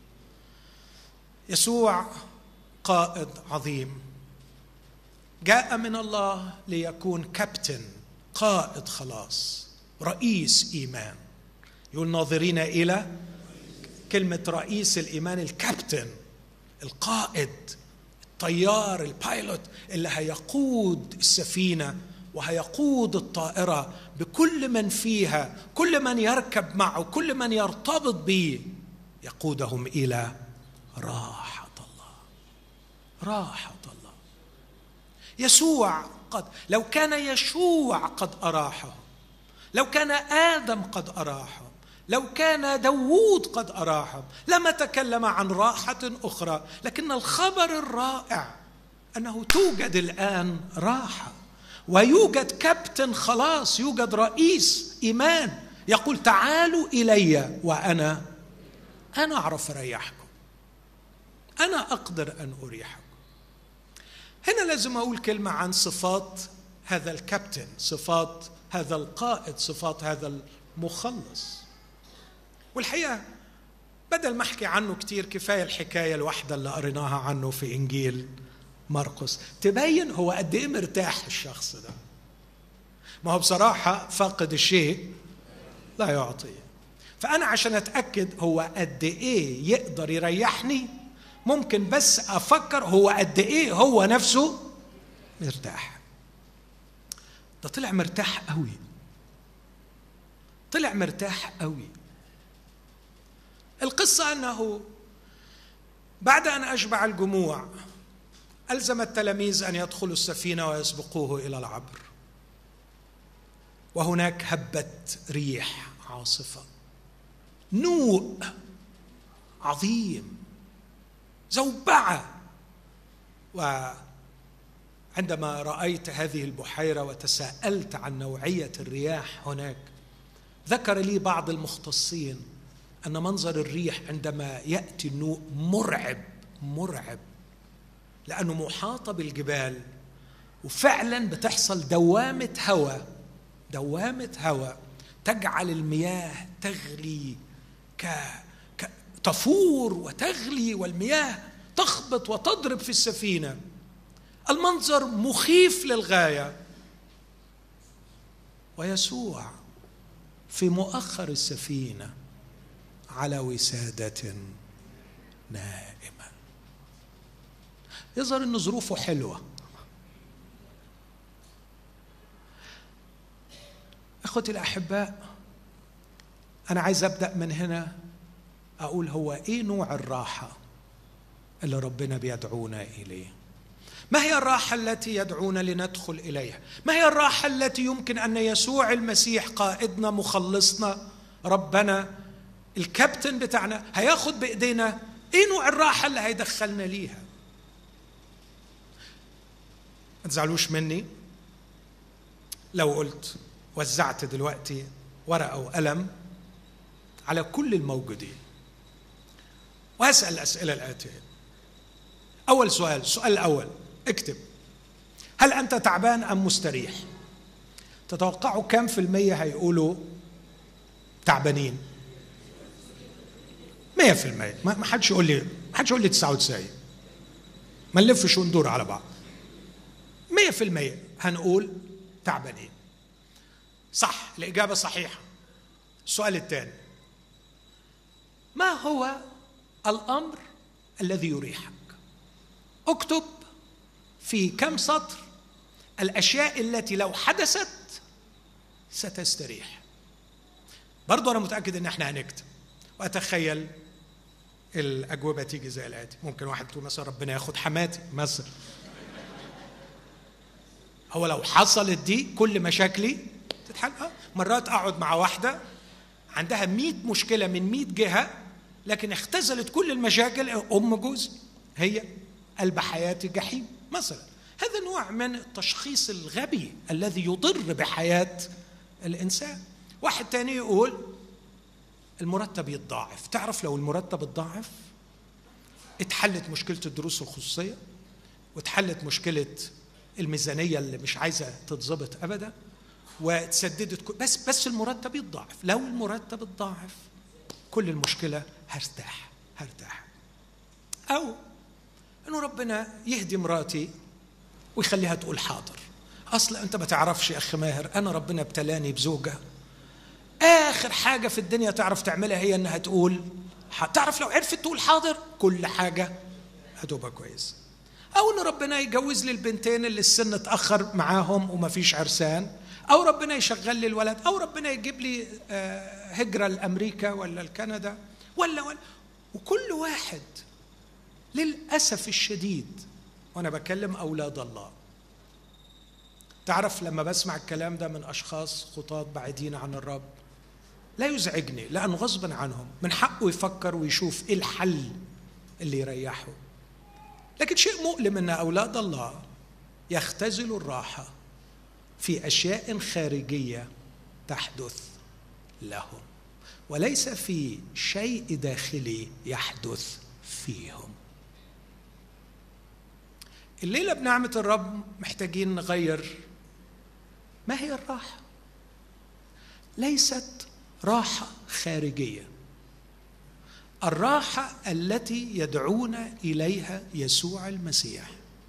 يسوع قائد عظيم جاء من الله ليكون كابتن، قائد خلاص، رئيس إيمان. يقول ناظرين إلى كلمة رئيس الإيمان، الكابتن، القائد، الطيار، البايلوت اللي هيقود السفينة وهيقود الطائرة بكل من فيها، كل من يركب معه، كل من يرتبط به، يقودهم إلى راحة الله. راحة الله. يسوع قد، لو كان يشوع قد أراحهم، لو كان آدم قد أراحهم، لو كان داود قد أراحهم، لما تكلم عن راحة أخرى. لكن الخبر الرائع أنه توجد الآن راحة، ويوجد كابتن خلاص، يوجد رئيس إيمان يقول تعالوا إلي وأنا أنا أعرف أريحكم، أنا أقدر أن أريحكم. هنا لازم أقول كلمة عن صفات هذا الكابتن، صفات هذا القائد، صفات هذا المخلص. والحقيقة بدل ما أحكي عنه كتير، كفاية الحكاية الواحدة اللي قريناها عنه في إنجيل مرقس تبين هو قد إيه مرتاح الشخص ده. ما هو بصراحة فاقد الشيء لا يعطيه. فأنا عشان أتأكد هو قد إيه يقدر يريحني، ممكن بس أفكر هو قد إيه هو نفسه مرتاح. ده طلع مرتاح قوي، طلع مرتاح قوي. القصة أنه بعد أن أشبع الجموع ألزم التلاميذ أن يدخلوا السفينة ويسبقوه إلى العبر، وهناك هبت ريح عاصفة، نوء عظيم، زوبعة. وعندما رأيت هذه البحيرة وتساءلت عن نوعية الرياح هناك، ذكر لي بعض المختصين أن منظر الريح عندما يأتي النوء مرعب مرعب، لأنه محاطة بالجبال، وفعلا بتحصل دوامة هواء، دوامة هواء تجعل المياه تغلي، ك... ك... تفور وتغلي، والمياه تخبط وتضرب في السفينة. المنظر مخيف للغاية. ويسوع في مؤخر السفينة على وسادة نائمة. يظهر أن ظروفه حلوة. أخوتي الأحباء، أنا عايز أبدأ من هنا أقول هو إيه نوع الراحة اللي ربنا بيدعونا إليه؟ ما هي الراحة التي يدعونا لندخل إليها؟ ما هي الراحة التي يمكن أن يسوع المسيح قائدنا مخلصنا ربنا الكابتن بتاعنا هياخد بإيدينا؟ إيه نوع الراحة اللي هيدخلنا ليها؟ ما تزعلوش مني لو قلت وزعت دلوقتي ورقة وقلم على كل الموجودين وهسأل الأسئلة الآتية. أول سؤال، السؤال الأول اكتب: هل أنت تعبان أم مستريح؟ تتوقعوا كم في المية هيقولوا تعبانين؟ مية في المية. ما حدش يقول لي ما حدش يقول لي تسعة وتسعين. ما نلفش وندور على بعض. مية في المية هنقول تعبانين. صح، الإجابة صحيحة. السؤال الثاني: ما هو الأمر الذي يريحك؟ اكتب في كم سطر الأشياء التي لو حدثت ستستريح. برضو أنا متأكد إن احنا هنكتب، وأتخيل الأجوبة تيجي زي الآتي. ممكن واحد تقول مثلا ربنا ياخد حماتي مثلا. هو لو حصلت دي كل مشاكلي تتحل. مرات أقعد مع واحدة عندها مئة مشكلة من مئة جهة، لكن اختزلت كل المشاكل أم جوزي، هي قلب حياتي جحيم مثلا. هذا نوع من التشخيص الغبي الذي يضر بحياة الإنسان. واحد تاني يقول المرتب يتضاعف. تعرف لو المرتب اتضاعف اتحلت مشكلة الدروس الخصوصية، واتحلت مشكلة الميزانية اللي مش عايزة تتظبط أبدا، وتسددت بس بس المرتب يتضاعف. لو المرتب اتضاعف كل المشكلة هرتاح هرتاح. أو إنه ربنا يهدي مراتي ويخليها تقول حاضر. أصل أنت ما تعرفش يا أخي ماهر، أنا ربنا ابتلاني بزوجة آخر حاجة في الدنيا تعرف تعملها هي أنها تقول حاضر. تعرف لو عرفت تقول حاضر كل حاجة هتبقى كويس. أو إن ربنا يجوز لي البنتين اللي السن اتأخر معاهم وما فيش عرسان، أو ربنا يشغل لي الولد، أو ربنا يجيب لي هجرة لأمريكا ولا لكندا ولا ولا وكل واحد للأسف الشديد. وأنا بكلم أولاد الله، تعرف لما بسمع الكلام ده من أشخاص خطاة بعيدين عن الرب لا يزعجني، لأنه غصبا عنهم من حقه يفكر ويشوف إيه الحل اللي يريحه. لكن شيء مؤلم أن أولاد الله يختزلوا الراحة في أشياء خارجية تحدث لهم، وليس في شيء داخلي يحدث فيهم. الليلة بنعمة الرب محتاجين نغير. ما هي الراحة؟ ليست راحة خارجية. الراحة التي يدعونا إليها يسوع المسيح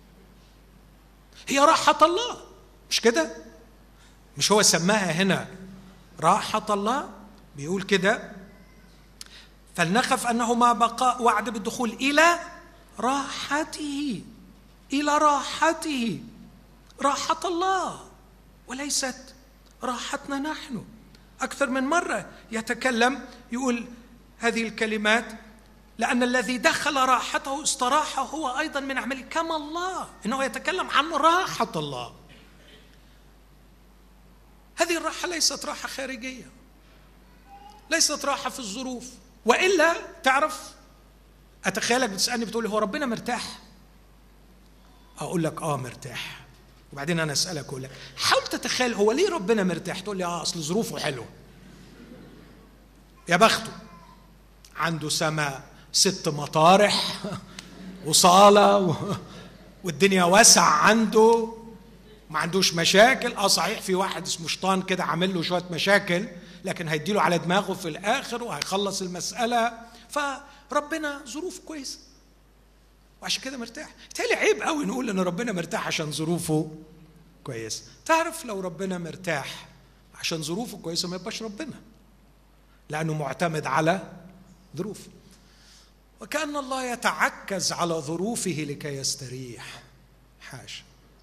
هي راحة الله، مش كده؟ مش هو سماها هنا راحة الله؟ بيقول كده: فلنخف أنه ما بقاء وعد بالدخول إلى راحته. إلى راحته، راحة الله وليست راحتنا نحن. أكثر من مرة يتكلم يقول هذه الكلمات: لأن الذي دخل راحته استراح هو أيضا من عمله كما الله. إنه يتكلم عن راحة الله. هذه الراحة ليست راحة خارجية، ليست راحة في الظروف. وإلا تعرف، أتخيلك بتسألني بتقولي هو ربنا مرتاح؟ أقول لك آه مرتاح. وبعدين أنا أسألك أقول لك حاول تتخيل هو ليه ربنا مرتاح؟ تقول لي آه أصل ظروفه حلوة. يا بخته، عنده سماء ست مطارح وصالة و... والدنيا واسع عنده، ما عندوش مشاكل. اه صحيح في واحد اسمه شيطان كده عامل له شوية مشاكل، لكن هيديله على دماغه في الآخر وهيخلص المسألة. فربنا ظروف كويسة وعشان كده مرتاح. تالي عيب قوي نقول ان ربنا مرتاح عشان ظروفه كويسة. تعرف لو ربنا مرتاح عشان ظروفه كويسة ما يبقاش ربنا، لأنه معتمد على ظروفه. وكأن الله يتعكز على ظروفه لكي يستريح. حاشا،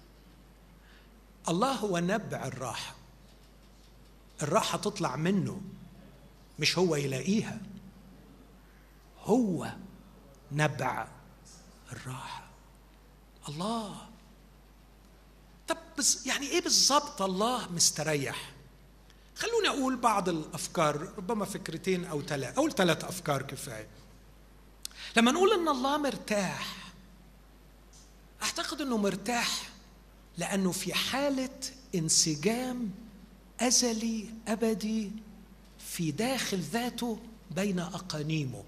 الله هو نبع الراحة. الراحة تطلع منه، مش هو يلاقيها. هو نبع الراحة. الله. طب بس يعني ايه بالظبط الله مستريح؟ خلوني اقول بعض الافكار، ربما فكرتين او ثلاث، اقول ثلاث افكار كفايه. لما نقول ان الله مرتاح، اعتقد انه مرتاح لانه في حاله انسجام ازلي ابدي في داخل ذاته بين اقانيمه.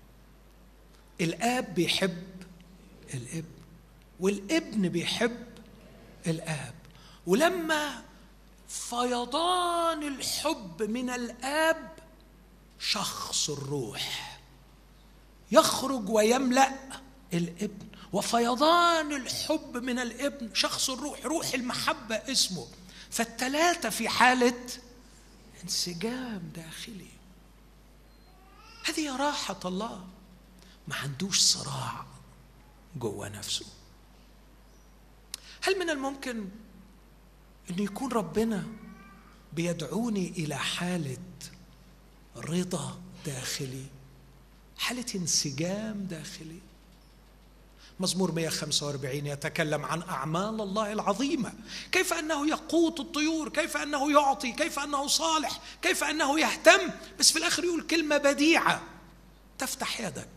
الاب بيحب الابن والابن بيحب الاب، ولما فيضان الحب من الاب شخص الروح يخرج ويملأ الابن، وفيضان الحب من الابن شخص الروح، روح المحبة اسمه. فالثلاثة في حالة انسجام داخلي. هذه راحة الله، ما عندوش صراع جوه نفسه. هل من الممكن أن يكون ربنا بيدعوني إلى حالة رضا داخلي، حالة انسجام داخلي؟ مزمور مئة وخمسة وأربعين يتكلم عن أعمال الله العظيمة، كيف أنه يقوت الطيور، كيف أنه يعطي، كيف أنه صالح، كيف أنه يهتم. بس في الآخر يقول كلمة بديعة: تفتح يدك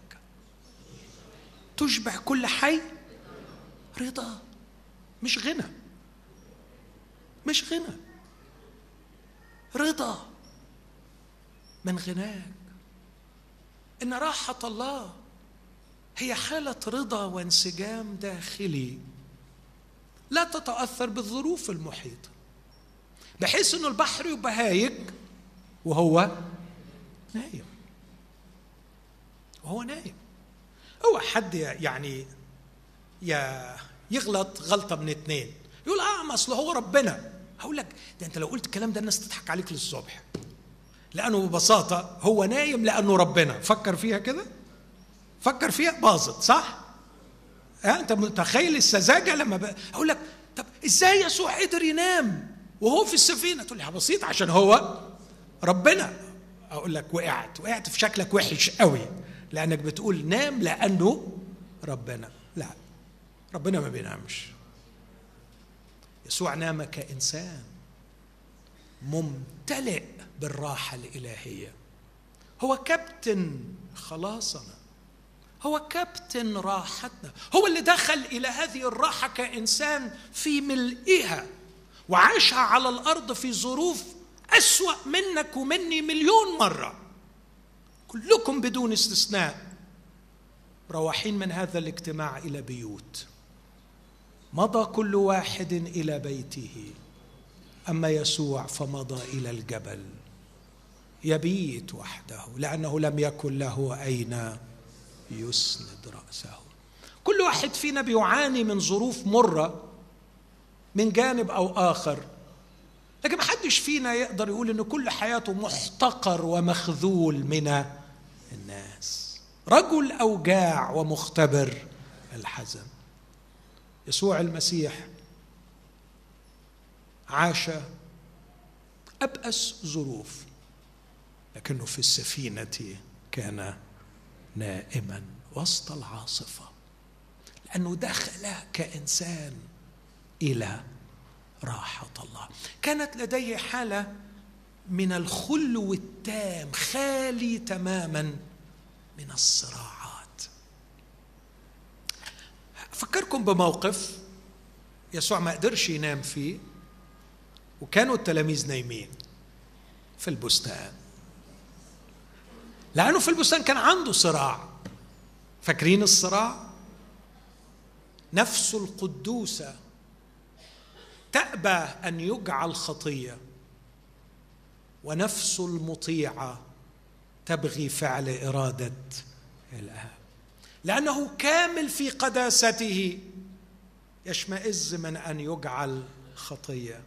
تشبع كل حي رضا. مش غنى، مش غنى، رضا من غناك. إن راحة الله هي حالة رضا وانسجام داخلي لا تتأثر بالظروف المحيطة، بحيث إنه البحر يبقى هايج وهو نايم، وهو نايم. هو حد يعني يغلط غلطة من اتنين يقول اه ما اصله هو ربنا. هقول لك ده انت لو قلت الكلام ده الناس تضحك عليك للصبح، لانه ببساطه هو نايم لانه ربنا. فكر فيها كده، فكر فيها، باظت صح؟ اه انت متخيل السذاجه لما ب... اقول لك طب ازاي يسوع قدر ينام وهو في السفينه؟ تقول لي بسيط، عشان هو ربنا. اقول لك وقعت وقعت في شكلك وحش قوي، لانك بتقول نام لانه ربنا. لا، ربنا ما بينامش. يسوع نام كإنسان ممتلئ بالراحة الإلهية. هو كابتن خلاصنا، هو كابتن راحتنا، هو اللي دخل إلى هذه الراحة كإنسان في ملئها، وعاشها على الأرض في ظروف أسوأ منك ومني مليون مرة. كلكم بدون استثناء روحين من هذا الاجتماع إلى بيوت، مضى كل واحد إلى بيته، أما يسوع فمضى إلى الجبل يبيت وحده، لأنه لم يكن له أين يسند رأسه. كل واحد فينا بيعاني من ظروف مرة من جانب أو آخر، لكن ما حدش فينا يقدر يقول إن كل حياته محتقر ومخذول من الناس. رجل أوجاع ومختبر الحزن. يسوع المسيح عاش أبأس ظروف، لكنه في السفينة كان نائما وسط العاصفة، لأنه دخل كإنسان إلى راحة الله. كانت لديه حالة من الخلو التام، خالي تماما من الصراعات. أفكركم بموقف يسوع ما قدرش ينام فيه، وكانوا التلاميذ نايمين في البستان، لأنه في البستان كان عنده صراع. فاكرين الصراع؟ نفس القدوسة تأبى أن يجعل خطية، ونفس المطيعة تبغي فعل إرادة الآب، لأنه كامل في قداسته يشمئز من أن يجعل خطية،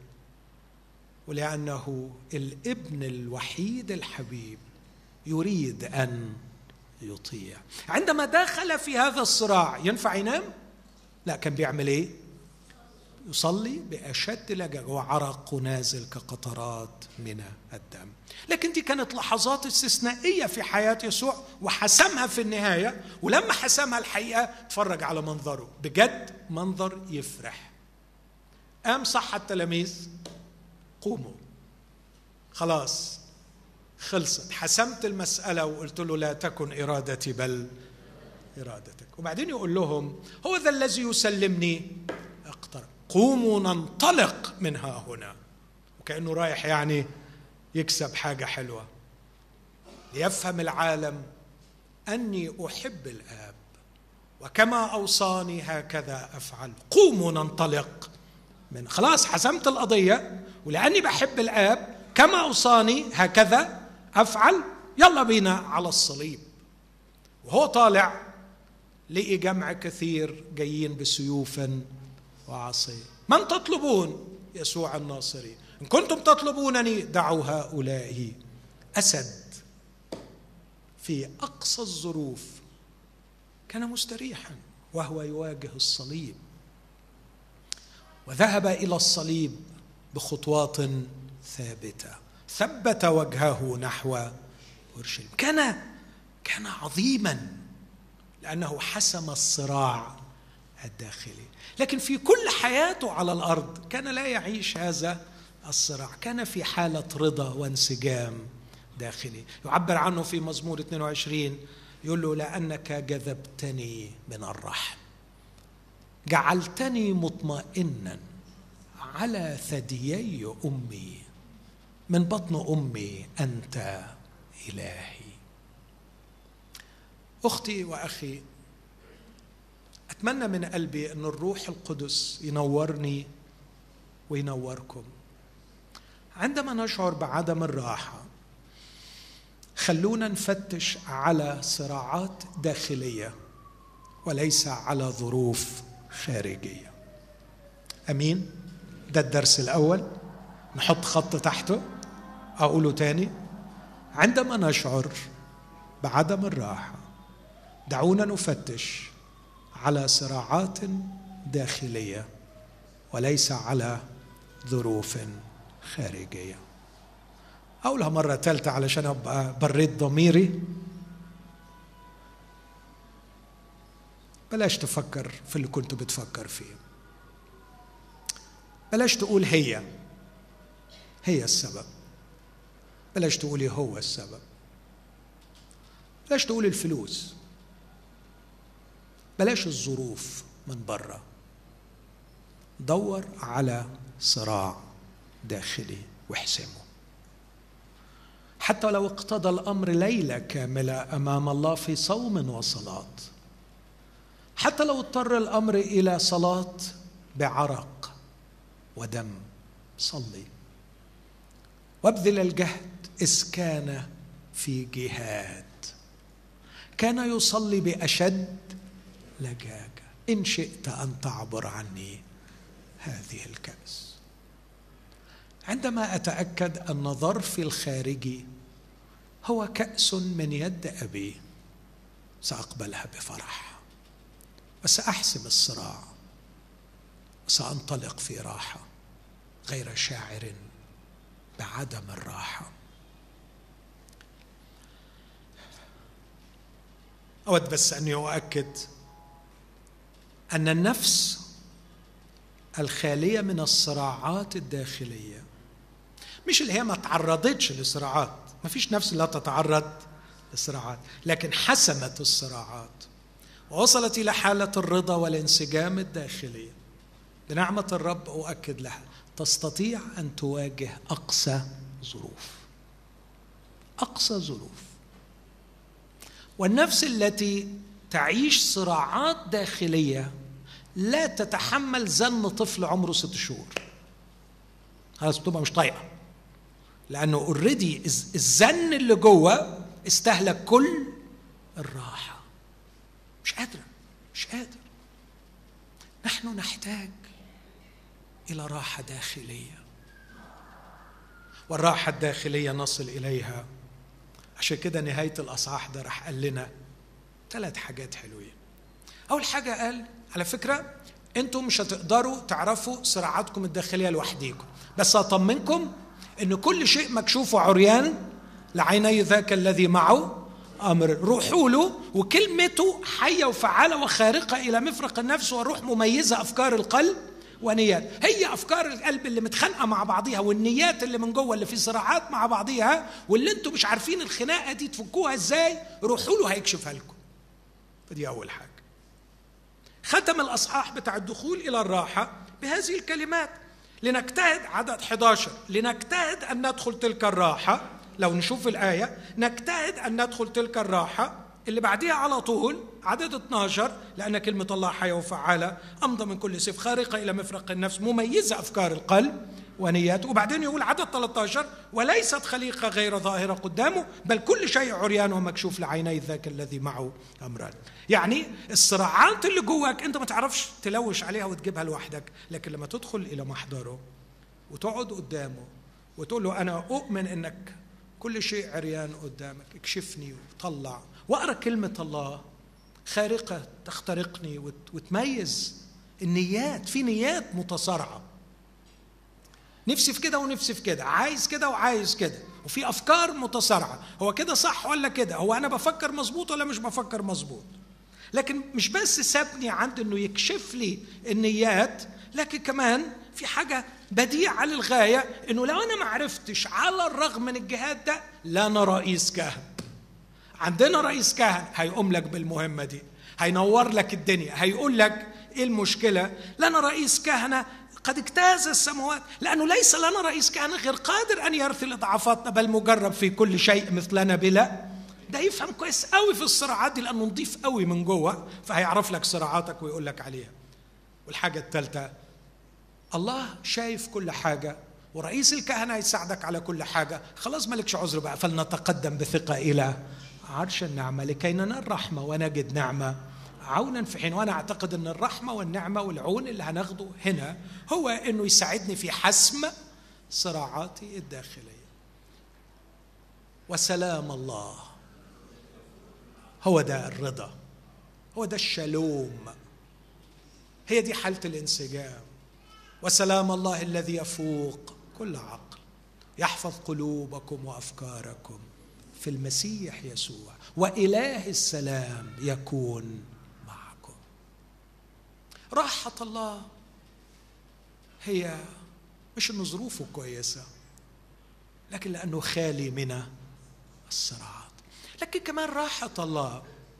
ولأنه الابن الوحيد الحبيب يريد أن يطيع. عندما دخل في هذا الصراع ينفع ينام؟ لا، كان بيعمل إيه؟ يصلي بأشد لجاجة وعرق نازل كقطرات من الدم. لكن دي كانت لحظات استثنائية في حياة يسوع، وحسمها في النهاية. ولما حسمها الحقيقة اتفرج على منظره، بجد منظر يفرح. قام صح التلاميذ، قوموا خلاص خلصت، حسمت المسألة وقلت له لا تكن إرادتي بل إرادتك. وبعدين يقول لهم هو ذا الذي يسلمني اقترب، قوموا ننطلق منها هنا. وكأنه رايح يعني يكسب حاجة حلوة. ليفهم العالم أني أحب الآب وكما أوصاني هكذا أفعل. قوموا ننطلق من، خلاص حسمت القضية، ولأني بحب الآب كما أوصاني هكذا أفعل. يلا بينا على الصليب. وهو طالع لقي جمع كثير جايين بسيوف وعصي. من تطلبون؟ يسوع الناصري. إن كنتم تطلبونني دعوا هؤلاء. أسد في أقصى الظروف كان مستريحا وهو يواجه الصليب، وذهب إلى الصليب بخطوات ثابتة، ثبت وجهه نحو أورشليم. كان كان عظيما لأنه حسم الصراع الداخلي. لكن في كل حياته على الأرض كان لا يعيش هذا الصراع، كان في حالة رضا وانسجام داخلي. يعبر عنه في مزمور اثنين وعشرين، يقول له لأنك جذبتني من الرحم، جعلتني مطمئنا على ثديي أمي، من بطن أمي أنت إلهي. أختي وأخي، أتمنى من قلبي أن الروح القدس ينورني وينوركم. عندما نشعر بعدم الراحة خلونا نفتش على صراعات داخلية وليس على ظروف خارجية. أمين؟ ده الدرس الأول، نحط خط تحته. أقوله تاني، عندما نشعر بعدم الراحة دعونا نفتش على صراعات داخلية وليس على ظروف خارجية. أقولها مرة ثالثة علشان أبقى بريت ضميري. بلاش تفكر في اللي كنت بتفكر فيه. بلاش تقول هي هي السبب. بلاش تقولي هو السبب. بلاش تقول الفلوس. بلاش الظروف من بره. دور على صراع داخلي واحسمه. حتى لو اقتضى الأمر ليلة كاملة أمام الله في صوم وصلاة، حتى لو اضطر الأمر إلى صلاة بعرق ودم، صلي وابذل الجهد. إذ كان في جهاد كان يصلي بأشد لجاجة. إن شئت أن تعبر عني هذه الكأس. عندما أتأكد أن ظرفي الخارجي هو كأس من يد أبي سأقبلها بفرح، وسأحسم الصراع، وسأنطلق في راحة غير شاعر بعدم الراحة. أود بس أني أؤكد أن النفس الخالية من الصراعات الداخلية، مش اللي هي ما تعرضتش لصراعات، ما فيش نفس لا تتعرض لصراعات، لكن حسمت الصراعات ووصلت إلى حالة الرضا والانسجام الداخلي بنعمة الرب. أؤكد لها تستطيع أن تواجه أقصى ظروف، أقصى ظروف. والنفس التي تعيش صراعات داخلية لا تتحمل زن طفل عمره ست شهور. خلاص بتبقى مش طايقة، لأنه اوريدي الزن اللي جوه استهلك كل الراحة. مش قادرة مش قادر. نحن نحتاج إلى راحة داخلية، والراحة الداخلية نصل إليها. عشان كده نهاية الأصحاح ده راح قال لنا ثلاث حاجات حلوين. أول حاجة قال على فكرة انتم مش هتقدروا تعرفوا صراعاتكم الداخلية لوحديكم، بس أطمنكم إن كل شيء مكشوف وعريان لعيني ذاك الذي معه أمر. روحوا له، وكلمته حية وفعالة وخارقة إلى مفرق النفس والروح، مميزة أفكار القلب ونيات. هي أفكار القلب اللي متخانقة مع بعضيها، والنيات اللي من جوه اللي في صراعات مع بعضيها، واللي انتم مش عارفين الخناقة دي تفكوها ازاي، روحوا له هيكشفها لكم. فدي أول حاجة. ختم الأصحاح بتاع الدخول إلى الراحة بهذه الكلمات: لنجتهد، عدد احد عشر، لنجتهد أن ندخل تلك الراحة. لو نشوف الآية، نجتهد أن ندخل تلك الراحة. اللي بعديها على طول عدد اثناشر: لأن كلمة الله حية وفعالة أمضى من كل سيف، خارقة إلى مفرق النفس، مميزة أفكار القلب ونياته. وبعدين يقول عدد ثلاثة عشر: وليست خليقة غير ظاهرة قدامه، بل كل شيء عريان ومكشوف لعيني ذاك الذي معه أمران. يعني الصراعات اللي جواك أنت ما تعرفش تلوش عليها وتجيبها لوحدك، لكن لما تدخل إلى محضره وتقعد قدامه وتقول له أنا أؤمن أنك كل شيء عريان قدامك، اكشفني وطلع، وأقرأ كلمة الله خارقة تخترقني وتميز النيات. في نيات متصارعة، نفسي في كده ونفسي في كده، عايز كده وعايز كده، وفي أفكار متصارعة، هو كده صح ولا كده، هو أنا بفكر مظبوط ولا مش بفكر مظبوط. لكن مش بس سابني عند أنه يكشف لي النيات، لكن كمان في حاجة بديعة للغاية، أنه لو أنا ما عرفتش على الرغم من الجهاد ده، لنا رئيس كهنة. عندنا رئيس كهنة هيقوم لك بالمهمة دي، هينور لك الدنيا، هيقول لك إيه المشكلة. لنا رئيس كهنة قد اجتاز السماوات، لأنه ليس لنا رئيس كهنة غير قادر أن يرثي لضعفاتنا، بل مجرب في كل شيء مثلنا بلا. ده يفهم كويس قوي في الصراعات دي، لأنه نضيف قوي من جوه، فهيعرف لك صراعاتك ويقول لك عليها. والحاجة الثالثة، الله شايف كل حاجة، ورئيس الكهنة يساعدك على كل حاجة. خلاص مالكش عذر بقى، فلنتقدم بثقة إلى عرش النعمة لكي ننال رحمة ونجد نعمة عونا في حين. وأنا أعتقد أن الرحمة والنعمة والعون اللي هناخده هنا هو أنه يساعدني في حسم صراعاتي الداخلية. وسلام الله، هو ده الرضا، هو ده الشالوم، هي دي حالة الانسجام. وسلام الله الذي يفوق كل عقل يحفظ قلوبكم وأفكاركم في المسيح يسوع، وإله السلام يكون معكم. راحة الله هي مش إنه ظروفه كويسة، لكن لأنه خالي من الصراعات. لكن كمان راحة الله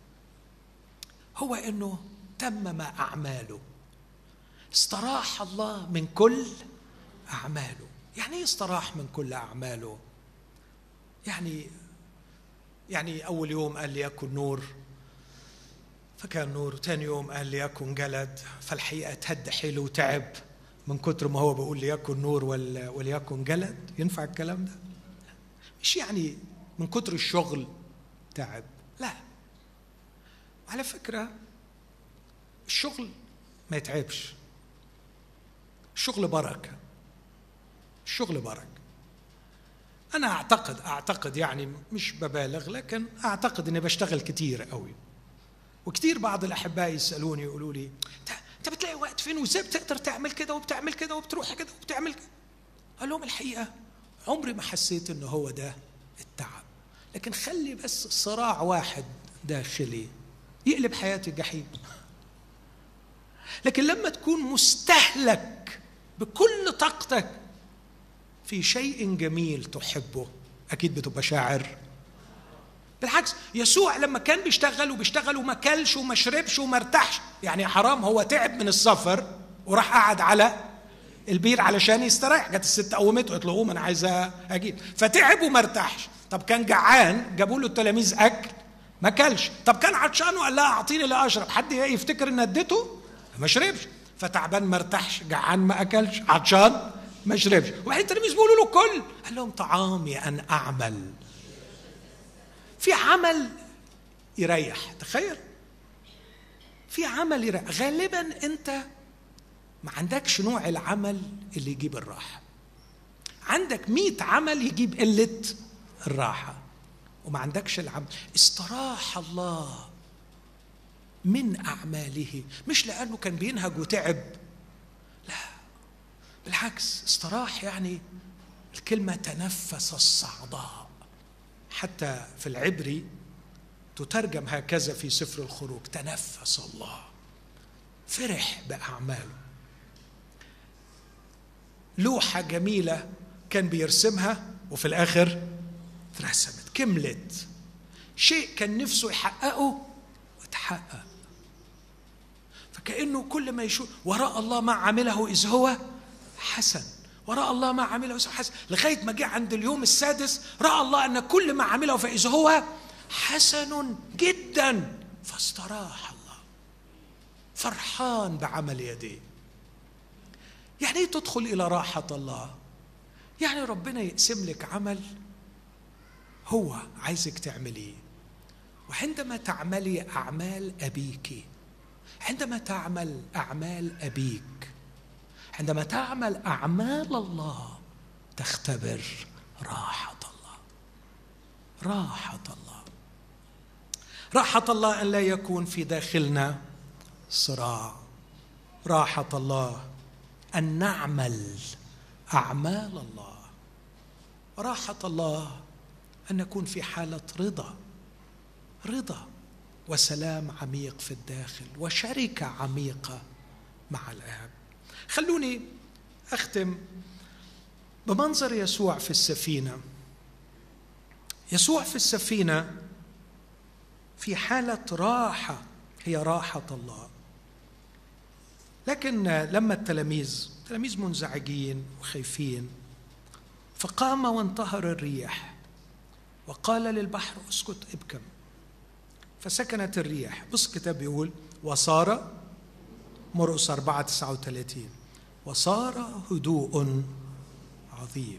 هو إنه تمم أعماله. استراح الله من كل أعماله. يعني إيه استراح من كل أعماله؟ يعني يعني أول يوم قال ليكن نور فكان نور، تاني يوم قال ليكن جلد، فالحقيقة تهد حيله وتعب من كتر ما هو بيقول ليكن نور وليكن جلد. ينفع الكلام ده؟ مش يعني من كتر الشغل تعب، لا. على فكرة الشغل ما يتعبش، الشغل بركة، الشغل بركة. أنا أعتقد أعتقد يعني مش ببالغ، لكن أعتقد إني بشتغل كتير قوي، وكتير بعض الأحباء يسألوني يقولوا لي أنت بتلاقي وقت فين وإزاي بتقدر تعمل كده وبتعمل كده وبتروح كده وبتعمل كده؟ قال لهم الحقيقة عمري ما حسيت إنه هو ده التعب، لكن خلي بس صراع واحد داخلي يقلب حياتي جحيم. لكن لما تكون مستهلك بكل طاقتك في شيء جميل تحبه، أكيد بتبقى شاعر. بالعكس، يسوع لما كان بيشتغل وبيشتغل وما كلش وما شربش وما ارتاحش، يعني حرام هو تعب من السفر وراح قعد على البير علشان يستريح. جت الست قومته قالت له قوم أنا عايزة أجيب، فتعب وما ارتاحش. طب كان جعان جابوا له التلاميذ أكل ما كلش. طب كان عطشان وقال لها أعطيني لا أشرب، حد يفتكر إن اديته؟ ما شربش. فتعبان ما ارتاحش، جعان ما أكلش، عطشان ما شربش. وبعدين التلاميذ بيقولوا له كل، قال لهم طعامي أن أعمل. في عمل يريح، تخيل في عمل يريح. غالبا أنت ما عندكش نوع العمل اللي يجيب الراحة، عندك مئة عمل يجيب قلة الراحة، وما عندكش العمل. استراح الله من أعماله، مش لأنه كان بينهج وتعب، لا بالعكس استراح. يعني الكلمة تنفس الصعداء، حتى في العبري تترجم هكذا في سفر الخروج، تنفس الله، فرح بأعماله. لوحة جميلة كان بيرسمها وفي الآخر اترسمت، كملت. شيء كان نفسه يحققه وتحقق. فكأنه كل ما يشوف وراء الله ما عمله إذ هو حسن، وراء الله ما عمله إذ هو حسن، لغاية ما جاء عند اليوم السادس رأى الله أن كل ما عمله فإذ هو حسن جدا، فاستراح الله، فرحان بعمل يديه. يعني ايه تدخل إلى راحة الله؟ يعني ربنا يقسم لك عمل هو عايزك تعمليه، وعندما تعملي أعمال أبيك، عندما تعمل أعمال أبيك، عندما تعمل أعمال الله، تختبر راحة الله. راحة الله، راحة الله أن لا يكون في داخلنا صراع. راحة الله أن نعمل أعمال الله. راحة الله أن نكون في حالة رضا، رضا وسلام عميق في الداخل وشركة عميقة مع الآب. خلوني أختم بمنظر يسوع في السفينة. يسوع في السفينة في حالة راحة، هي راحة الله. لكن لما التلاميذ تلاميذ منزعجين وخايفين، فقام وانتهر الريح وقال للبحر اسكت ابكم، فسكنت الريح. بص الكتاب بيقول وصار، مرقس أربعة تسعة وثلاثين، وصار هدوء عظيم.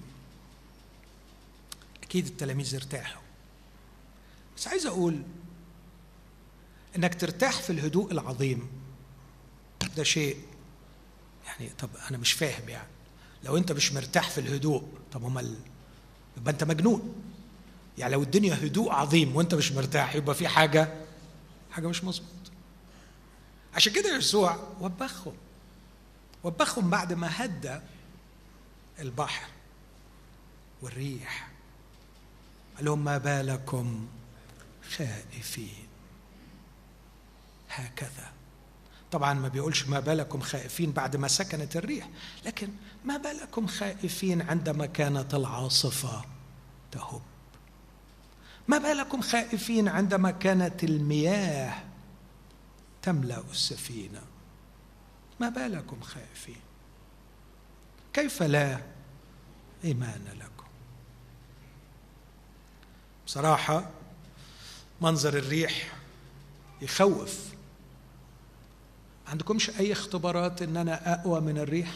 أكيد التلاميذ ارتاحوا، بس عايز أقول إنك ترتاح في الهدوء العظيم ده شيء يعني، طب أنا مش فاهم يعني، لو أنت مش مرتاح في الهدوء طب هم يبقى أنت مجنون. يعني لو الدنيا هدوء عظيم وأنت مش مرتاح يبقى في حاجة حاجة مش مظبوط. عشان كده يسوع وبخهم وبخهم بعد ما هدى البحر والريح، قال لهم ما بالكم خائفين هكذا. طبعا ما بيقولش ما بالكم خائفين بعد ما سكنت الريح، لكن ما بالكم خائفين عندما كانت العاصفة تهب، ما بالكم خائفين عندما كانت المياه تملأ السفينة، ما بالكم خائفين؟ كيف لا إيمان لكم؟ بصراحة منظر الريح يخوف. عندكمش أي اختبارات إن أنا أقوى من الريح؟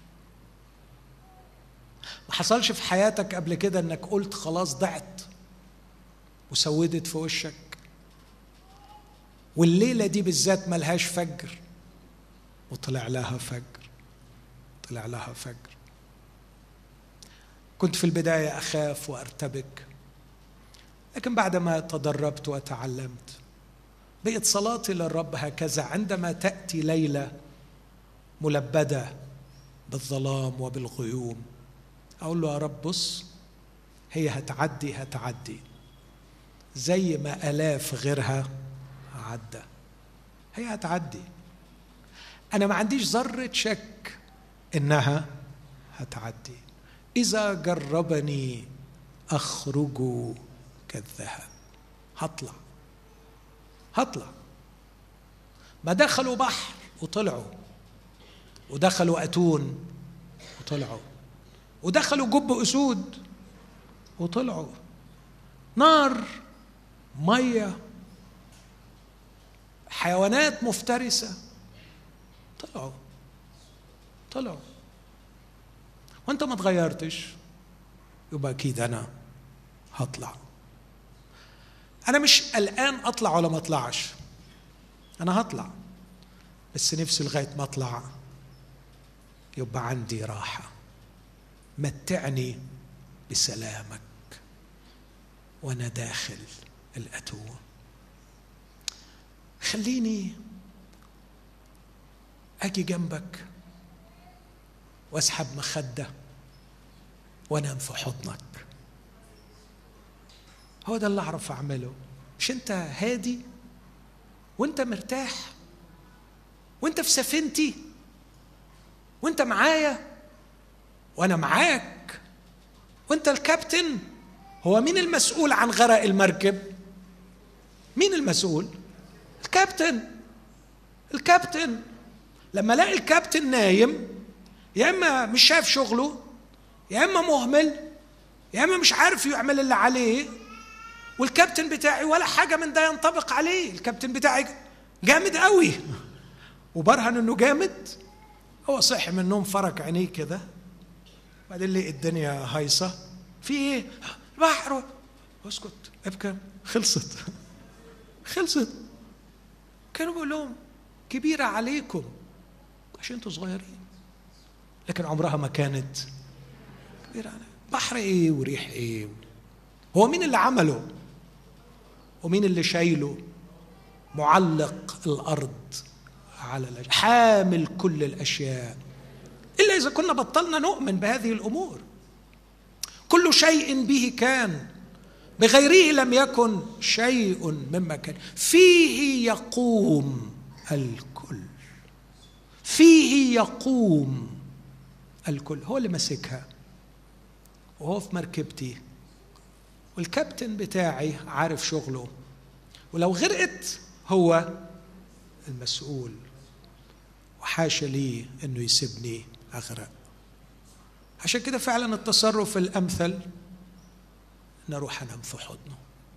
ما حصلش في حياتك قبل كده إنك قلت خلاص ضعت وسودت في وشك، والليلة دي بالذات ملهاش فجر وطلع لها فجر، طلع لها فجر. كنت في البداية أخاف وأرتبك، لكن بعدما تدربت وتعلمت بقت صلاتي للرب هكذا. عندما تأتي ليلة ملبدة بالظلام وبالغيوم أقول له يا رب بص، هي هتعدي هتعدي زي ما آلاف غيرها عدى، هي هتعدي. أنا ما عنديش ذرة شك إنها هتعدي. إذا جربني أخرج كالذهب، هطلع هطلع. ما دخلوا بحر وطلعوا، ودخلوا أتون وطلعوا، ودخلوا جب أسود وطلعوا، نار، مية، حيوانات مفترسة، طلعوا طلعوا. وانت ما تغيرتش يبقى أكيد أنا هطلع. أنا مش قلقان أطلع ولا ما أطلعش، أنا هطلع، بس نفسي لغاية ما أطلع يبقى عندي راحة. متعني بسلامك وأنا داخل الأتون. خليني أجي جنبك وأسحب مخدة وأنام في حضنك. هو ده اللي أعرف أعمله. مش أنت هادي وأنت مرتاح وأنت في سفينتي وأنت معايا وأنا معاك وأنت الكابتن؟ هو مين المسؤول عن غرق المركب؟ مين المسؤول؟ الكابتن. الكابتن لما الاقي الكابتن نايم، يا اما مش شايف شغله، يا اما مهمل، يا اما مش عارف يعمل اللي عليه، والكابتن بتاعي ولا حاجه من ده ينطبق عليه. الكابتن بتاعي جامد قوي وبرهن انه جامد. هو صحي من النوم فرك عينيه كده، بعدين لقي الدنيا هايصه، في ايه؟ البحر. اسكت ابكى. خلصت خلصت. كانوا بيقول لهم كبيره عليكم عشان انتوا صغيرين، لكن عمرها ما كانت كبيره عليكم. بحر ايه وريح ايه؟ هو مين اللي عمله ومين اللي شايله؟ معلق الارض على الأشياء، حامل كل الاشياء، الا اذا كنا بطلنا نؤمن بهذه الامور. كل شيء به كان، بغيره لم يكن شيء مما كان. فيه يقوم الكل، فيه يقوم الكل. هو اللي ماسكها وهو في مركبتي، والكابتن بتاعي عارف شغله، ولو غرقت هو المسؤول، وحاشا لي انه يسيبني اغرق. عشان كده فعلا التصرف الامثل ان اروح انام في حضنه.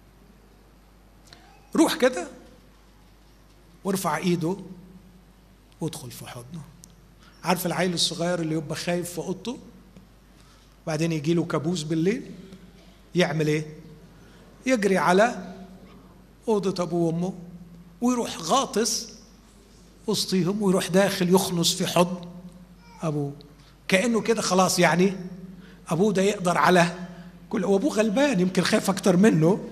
روح كده وارفع ايده وادخل في حضنه. عارف العيل الصغير اللي يبقى خايف في اوضته وبعدين يجي له كابوس بالليل، يعمل ايه؟ يجري على اوضه ابوه وامه ويروح غاطس وسطيهم ويروح داخل يخنص في حضن ابوه، كانه كده خلاص يعني ابوه ده يقدر على كل. وابوه غلبان يمكن خايف اكتر منه.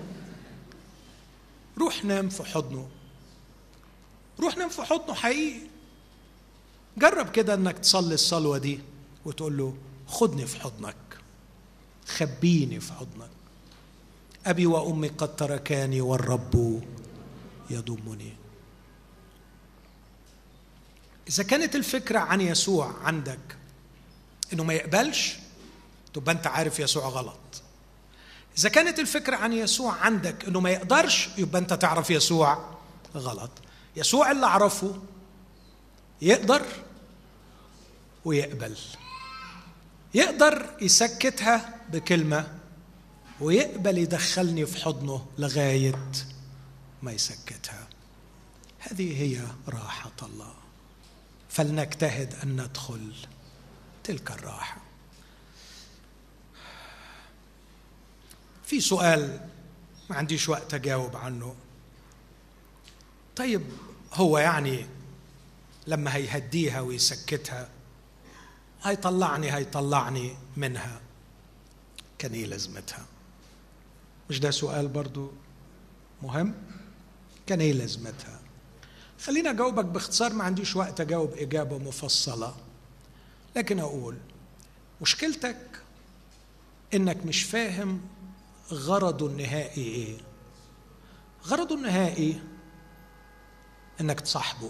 روح نام في حضنه، روح نام في حضنه حقيقي. جرب كده انك تصلي الصلوه دي وتقول له خدني في حضنك، خبيني في حضنك. ابي وامي قد تركاني والرب يضمني. اذا كانت الفكره عن يسوع عندك انه ما يقبلش، تبقى انت عارف يسوع غلط. اذا كانت الفكره عن يسوع عندك انه ما يقدرش، يبقى انت تعرف يسوع غلط. يسوع اللي اعرفه يقدر ويقبل، يقدر يسكتها بكلمه، ويقبل يدخلني في حضنه لغايه ما يسكتها. هذه هي راحه الله، فلنجتهد ان ندخل تلك الراحه. في سؤال ما عنديش وقت اجاوب عنه. طيب هو يعني لما هيهديها ويسكتها هيطلعني هيطلعني منها، كان ايه لازمتها؟ مش ده سؤال برضو مهم؟ كان ايه لازمتها؟ خلينا اجاوبك باختصار، ما عنديش وقت اجاوب اجابه مفصله، لكن اقول مشكلتك انك مش فاهم غرضه النهائي ايه. غرضه النهائي انك تصاحبه،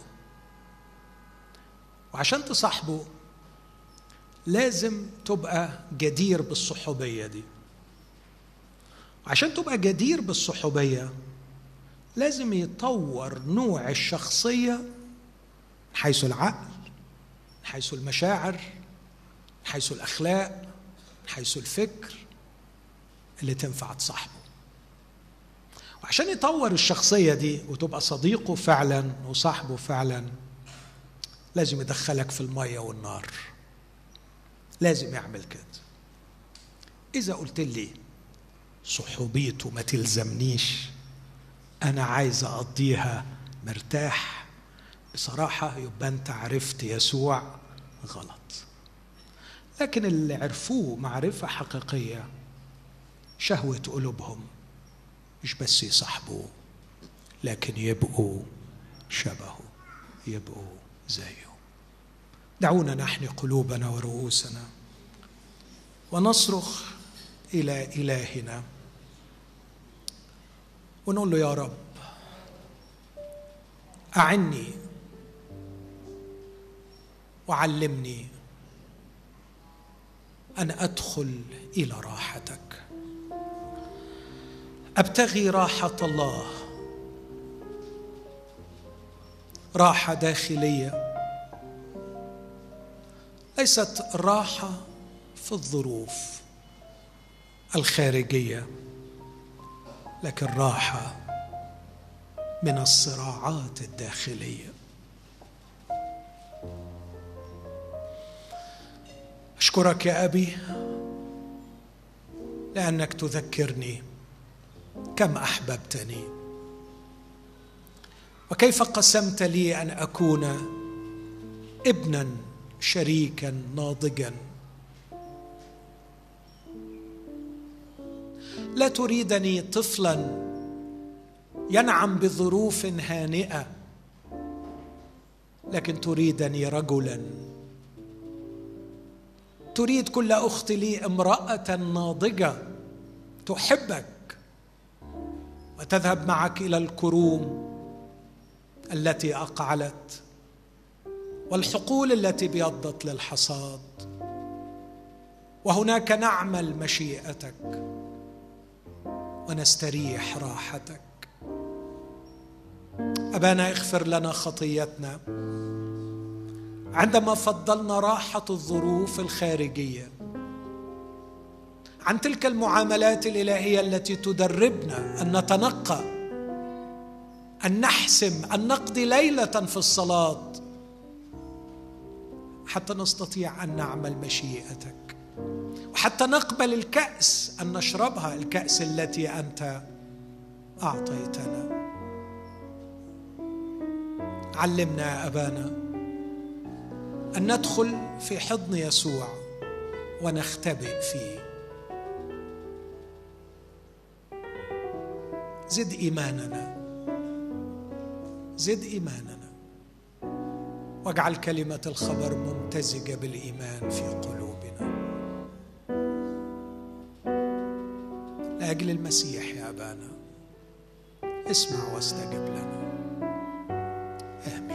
وعشان تصاحبه لازم تبقى جدير بالصحوبيه دي. وعشان تبقى جدير بالصحوبيه لازم يطور نوع الشخصيه من حيث العقل، من حيث المشاعر، من حيث الاخلاق، من حيث الفكر اللي تنفع تصاحبه. وعشان يطور الشخصيه دي وتبقى صديقه فعلا وصاحبه فعلا، لازم يدخلك في الميه والنار، لازم يعمل كده. اذا قلت لي صحوبيته ما تلزمنيش، انا عايز اقضيها مرتاح، بصراحه يبقى انت عرفت يسوع غلط. لكن اللي عرفوه معرفه حقيقيه شهوه قلوبهم مش بس يصاحبوه، لكن يبقوا شبهه، يبقوا زيه. دعونا نحني قلوبنا ورؤوسنا ونصرخ إلى إلهنا ونقول له: يا رب أعني وعلمني أن أدخل إلى راحتك. أبتغي راحة الله، راحة داخلية، ليست الراحة في الظروف الخارجية، لكن راحة من الصراعات الداخلية. أشكرك يا أبي لأنك تذكرني كم أحببتني وكيف قسمت لي أن أكون ابنا شريكا ناضجا. لا تريدني طفلا ينعم بظروف هانئة، لكن تريدني رجلا. تريد كل أخت لي امرأة ناضجة تحبك وتذهب معك إلى الكروم التي أقعلت والحقول التي بيضت للحصاد، وهناك نعمل مشيئتك ونستريح راحتك. أبانا اغفر لنا خطيتنا عندما فضلنا راحة الظروف الخارجية عن تلك المعاملات الإلهية التي تدربنا أن نتنقى، أن نحسم، أن نقضي ليلة في الصلاة حتى نستطيع أن نعمل مشيئتك، وحتى نقبل الكأس أن نشربها، الكأس التي أنت أعطيتنا. علمنا يا أبانا أن ندخل في حضن يسوع ونختبئ فيه. زد إيماننا، زد إيماننا، واجعل كلمة الخبر ممتزجة بالإيمان في قلوبنا لأجل المسيح يا أبانا. اسمع واستجب لنا. آمين.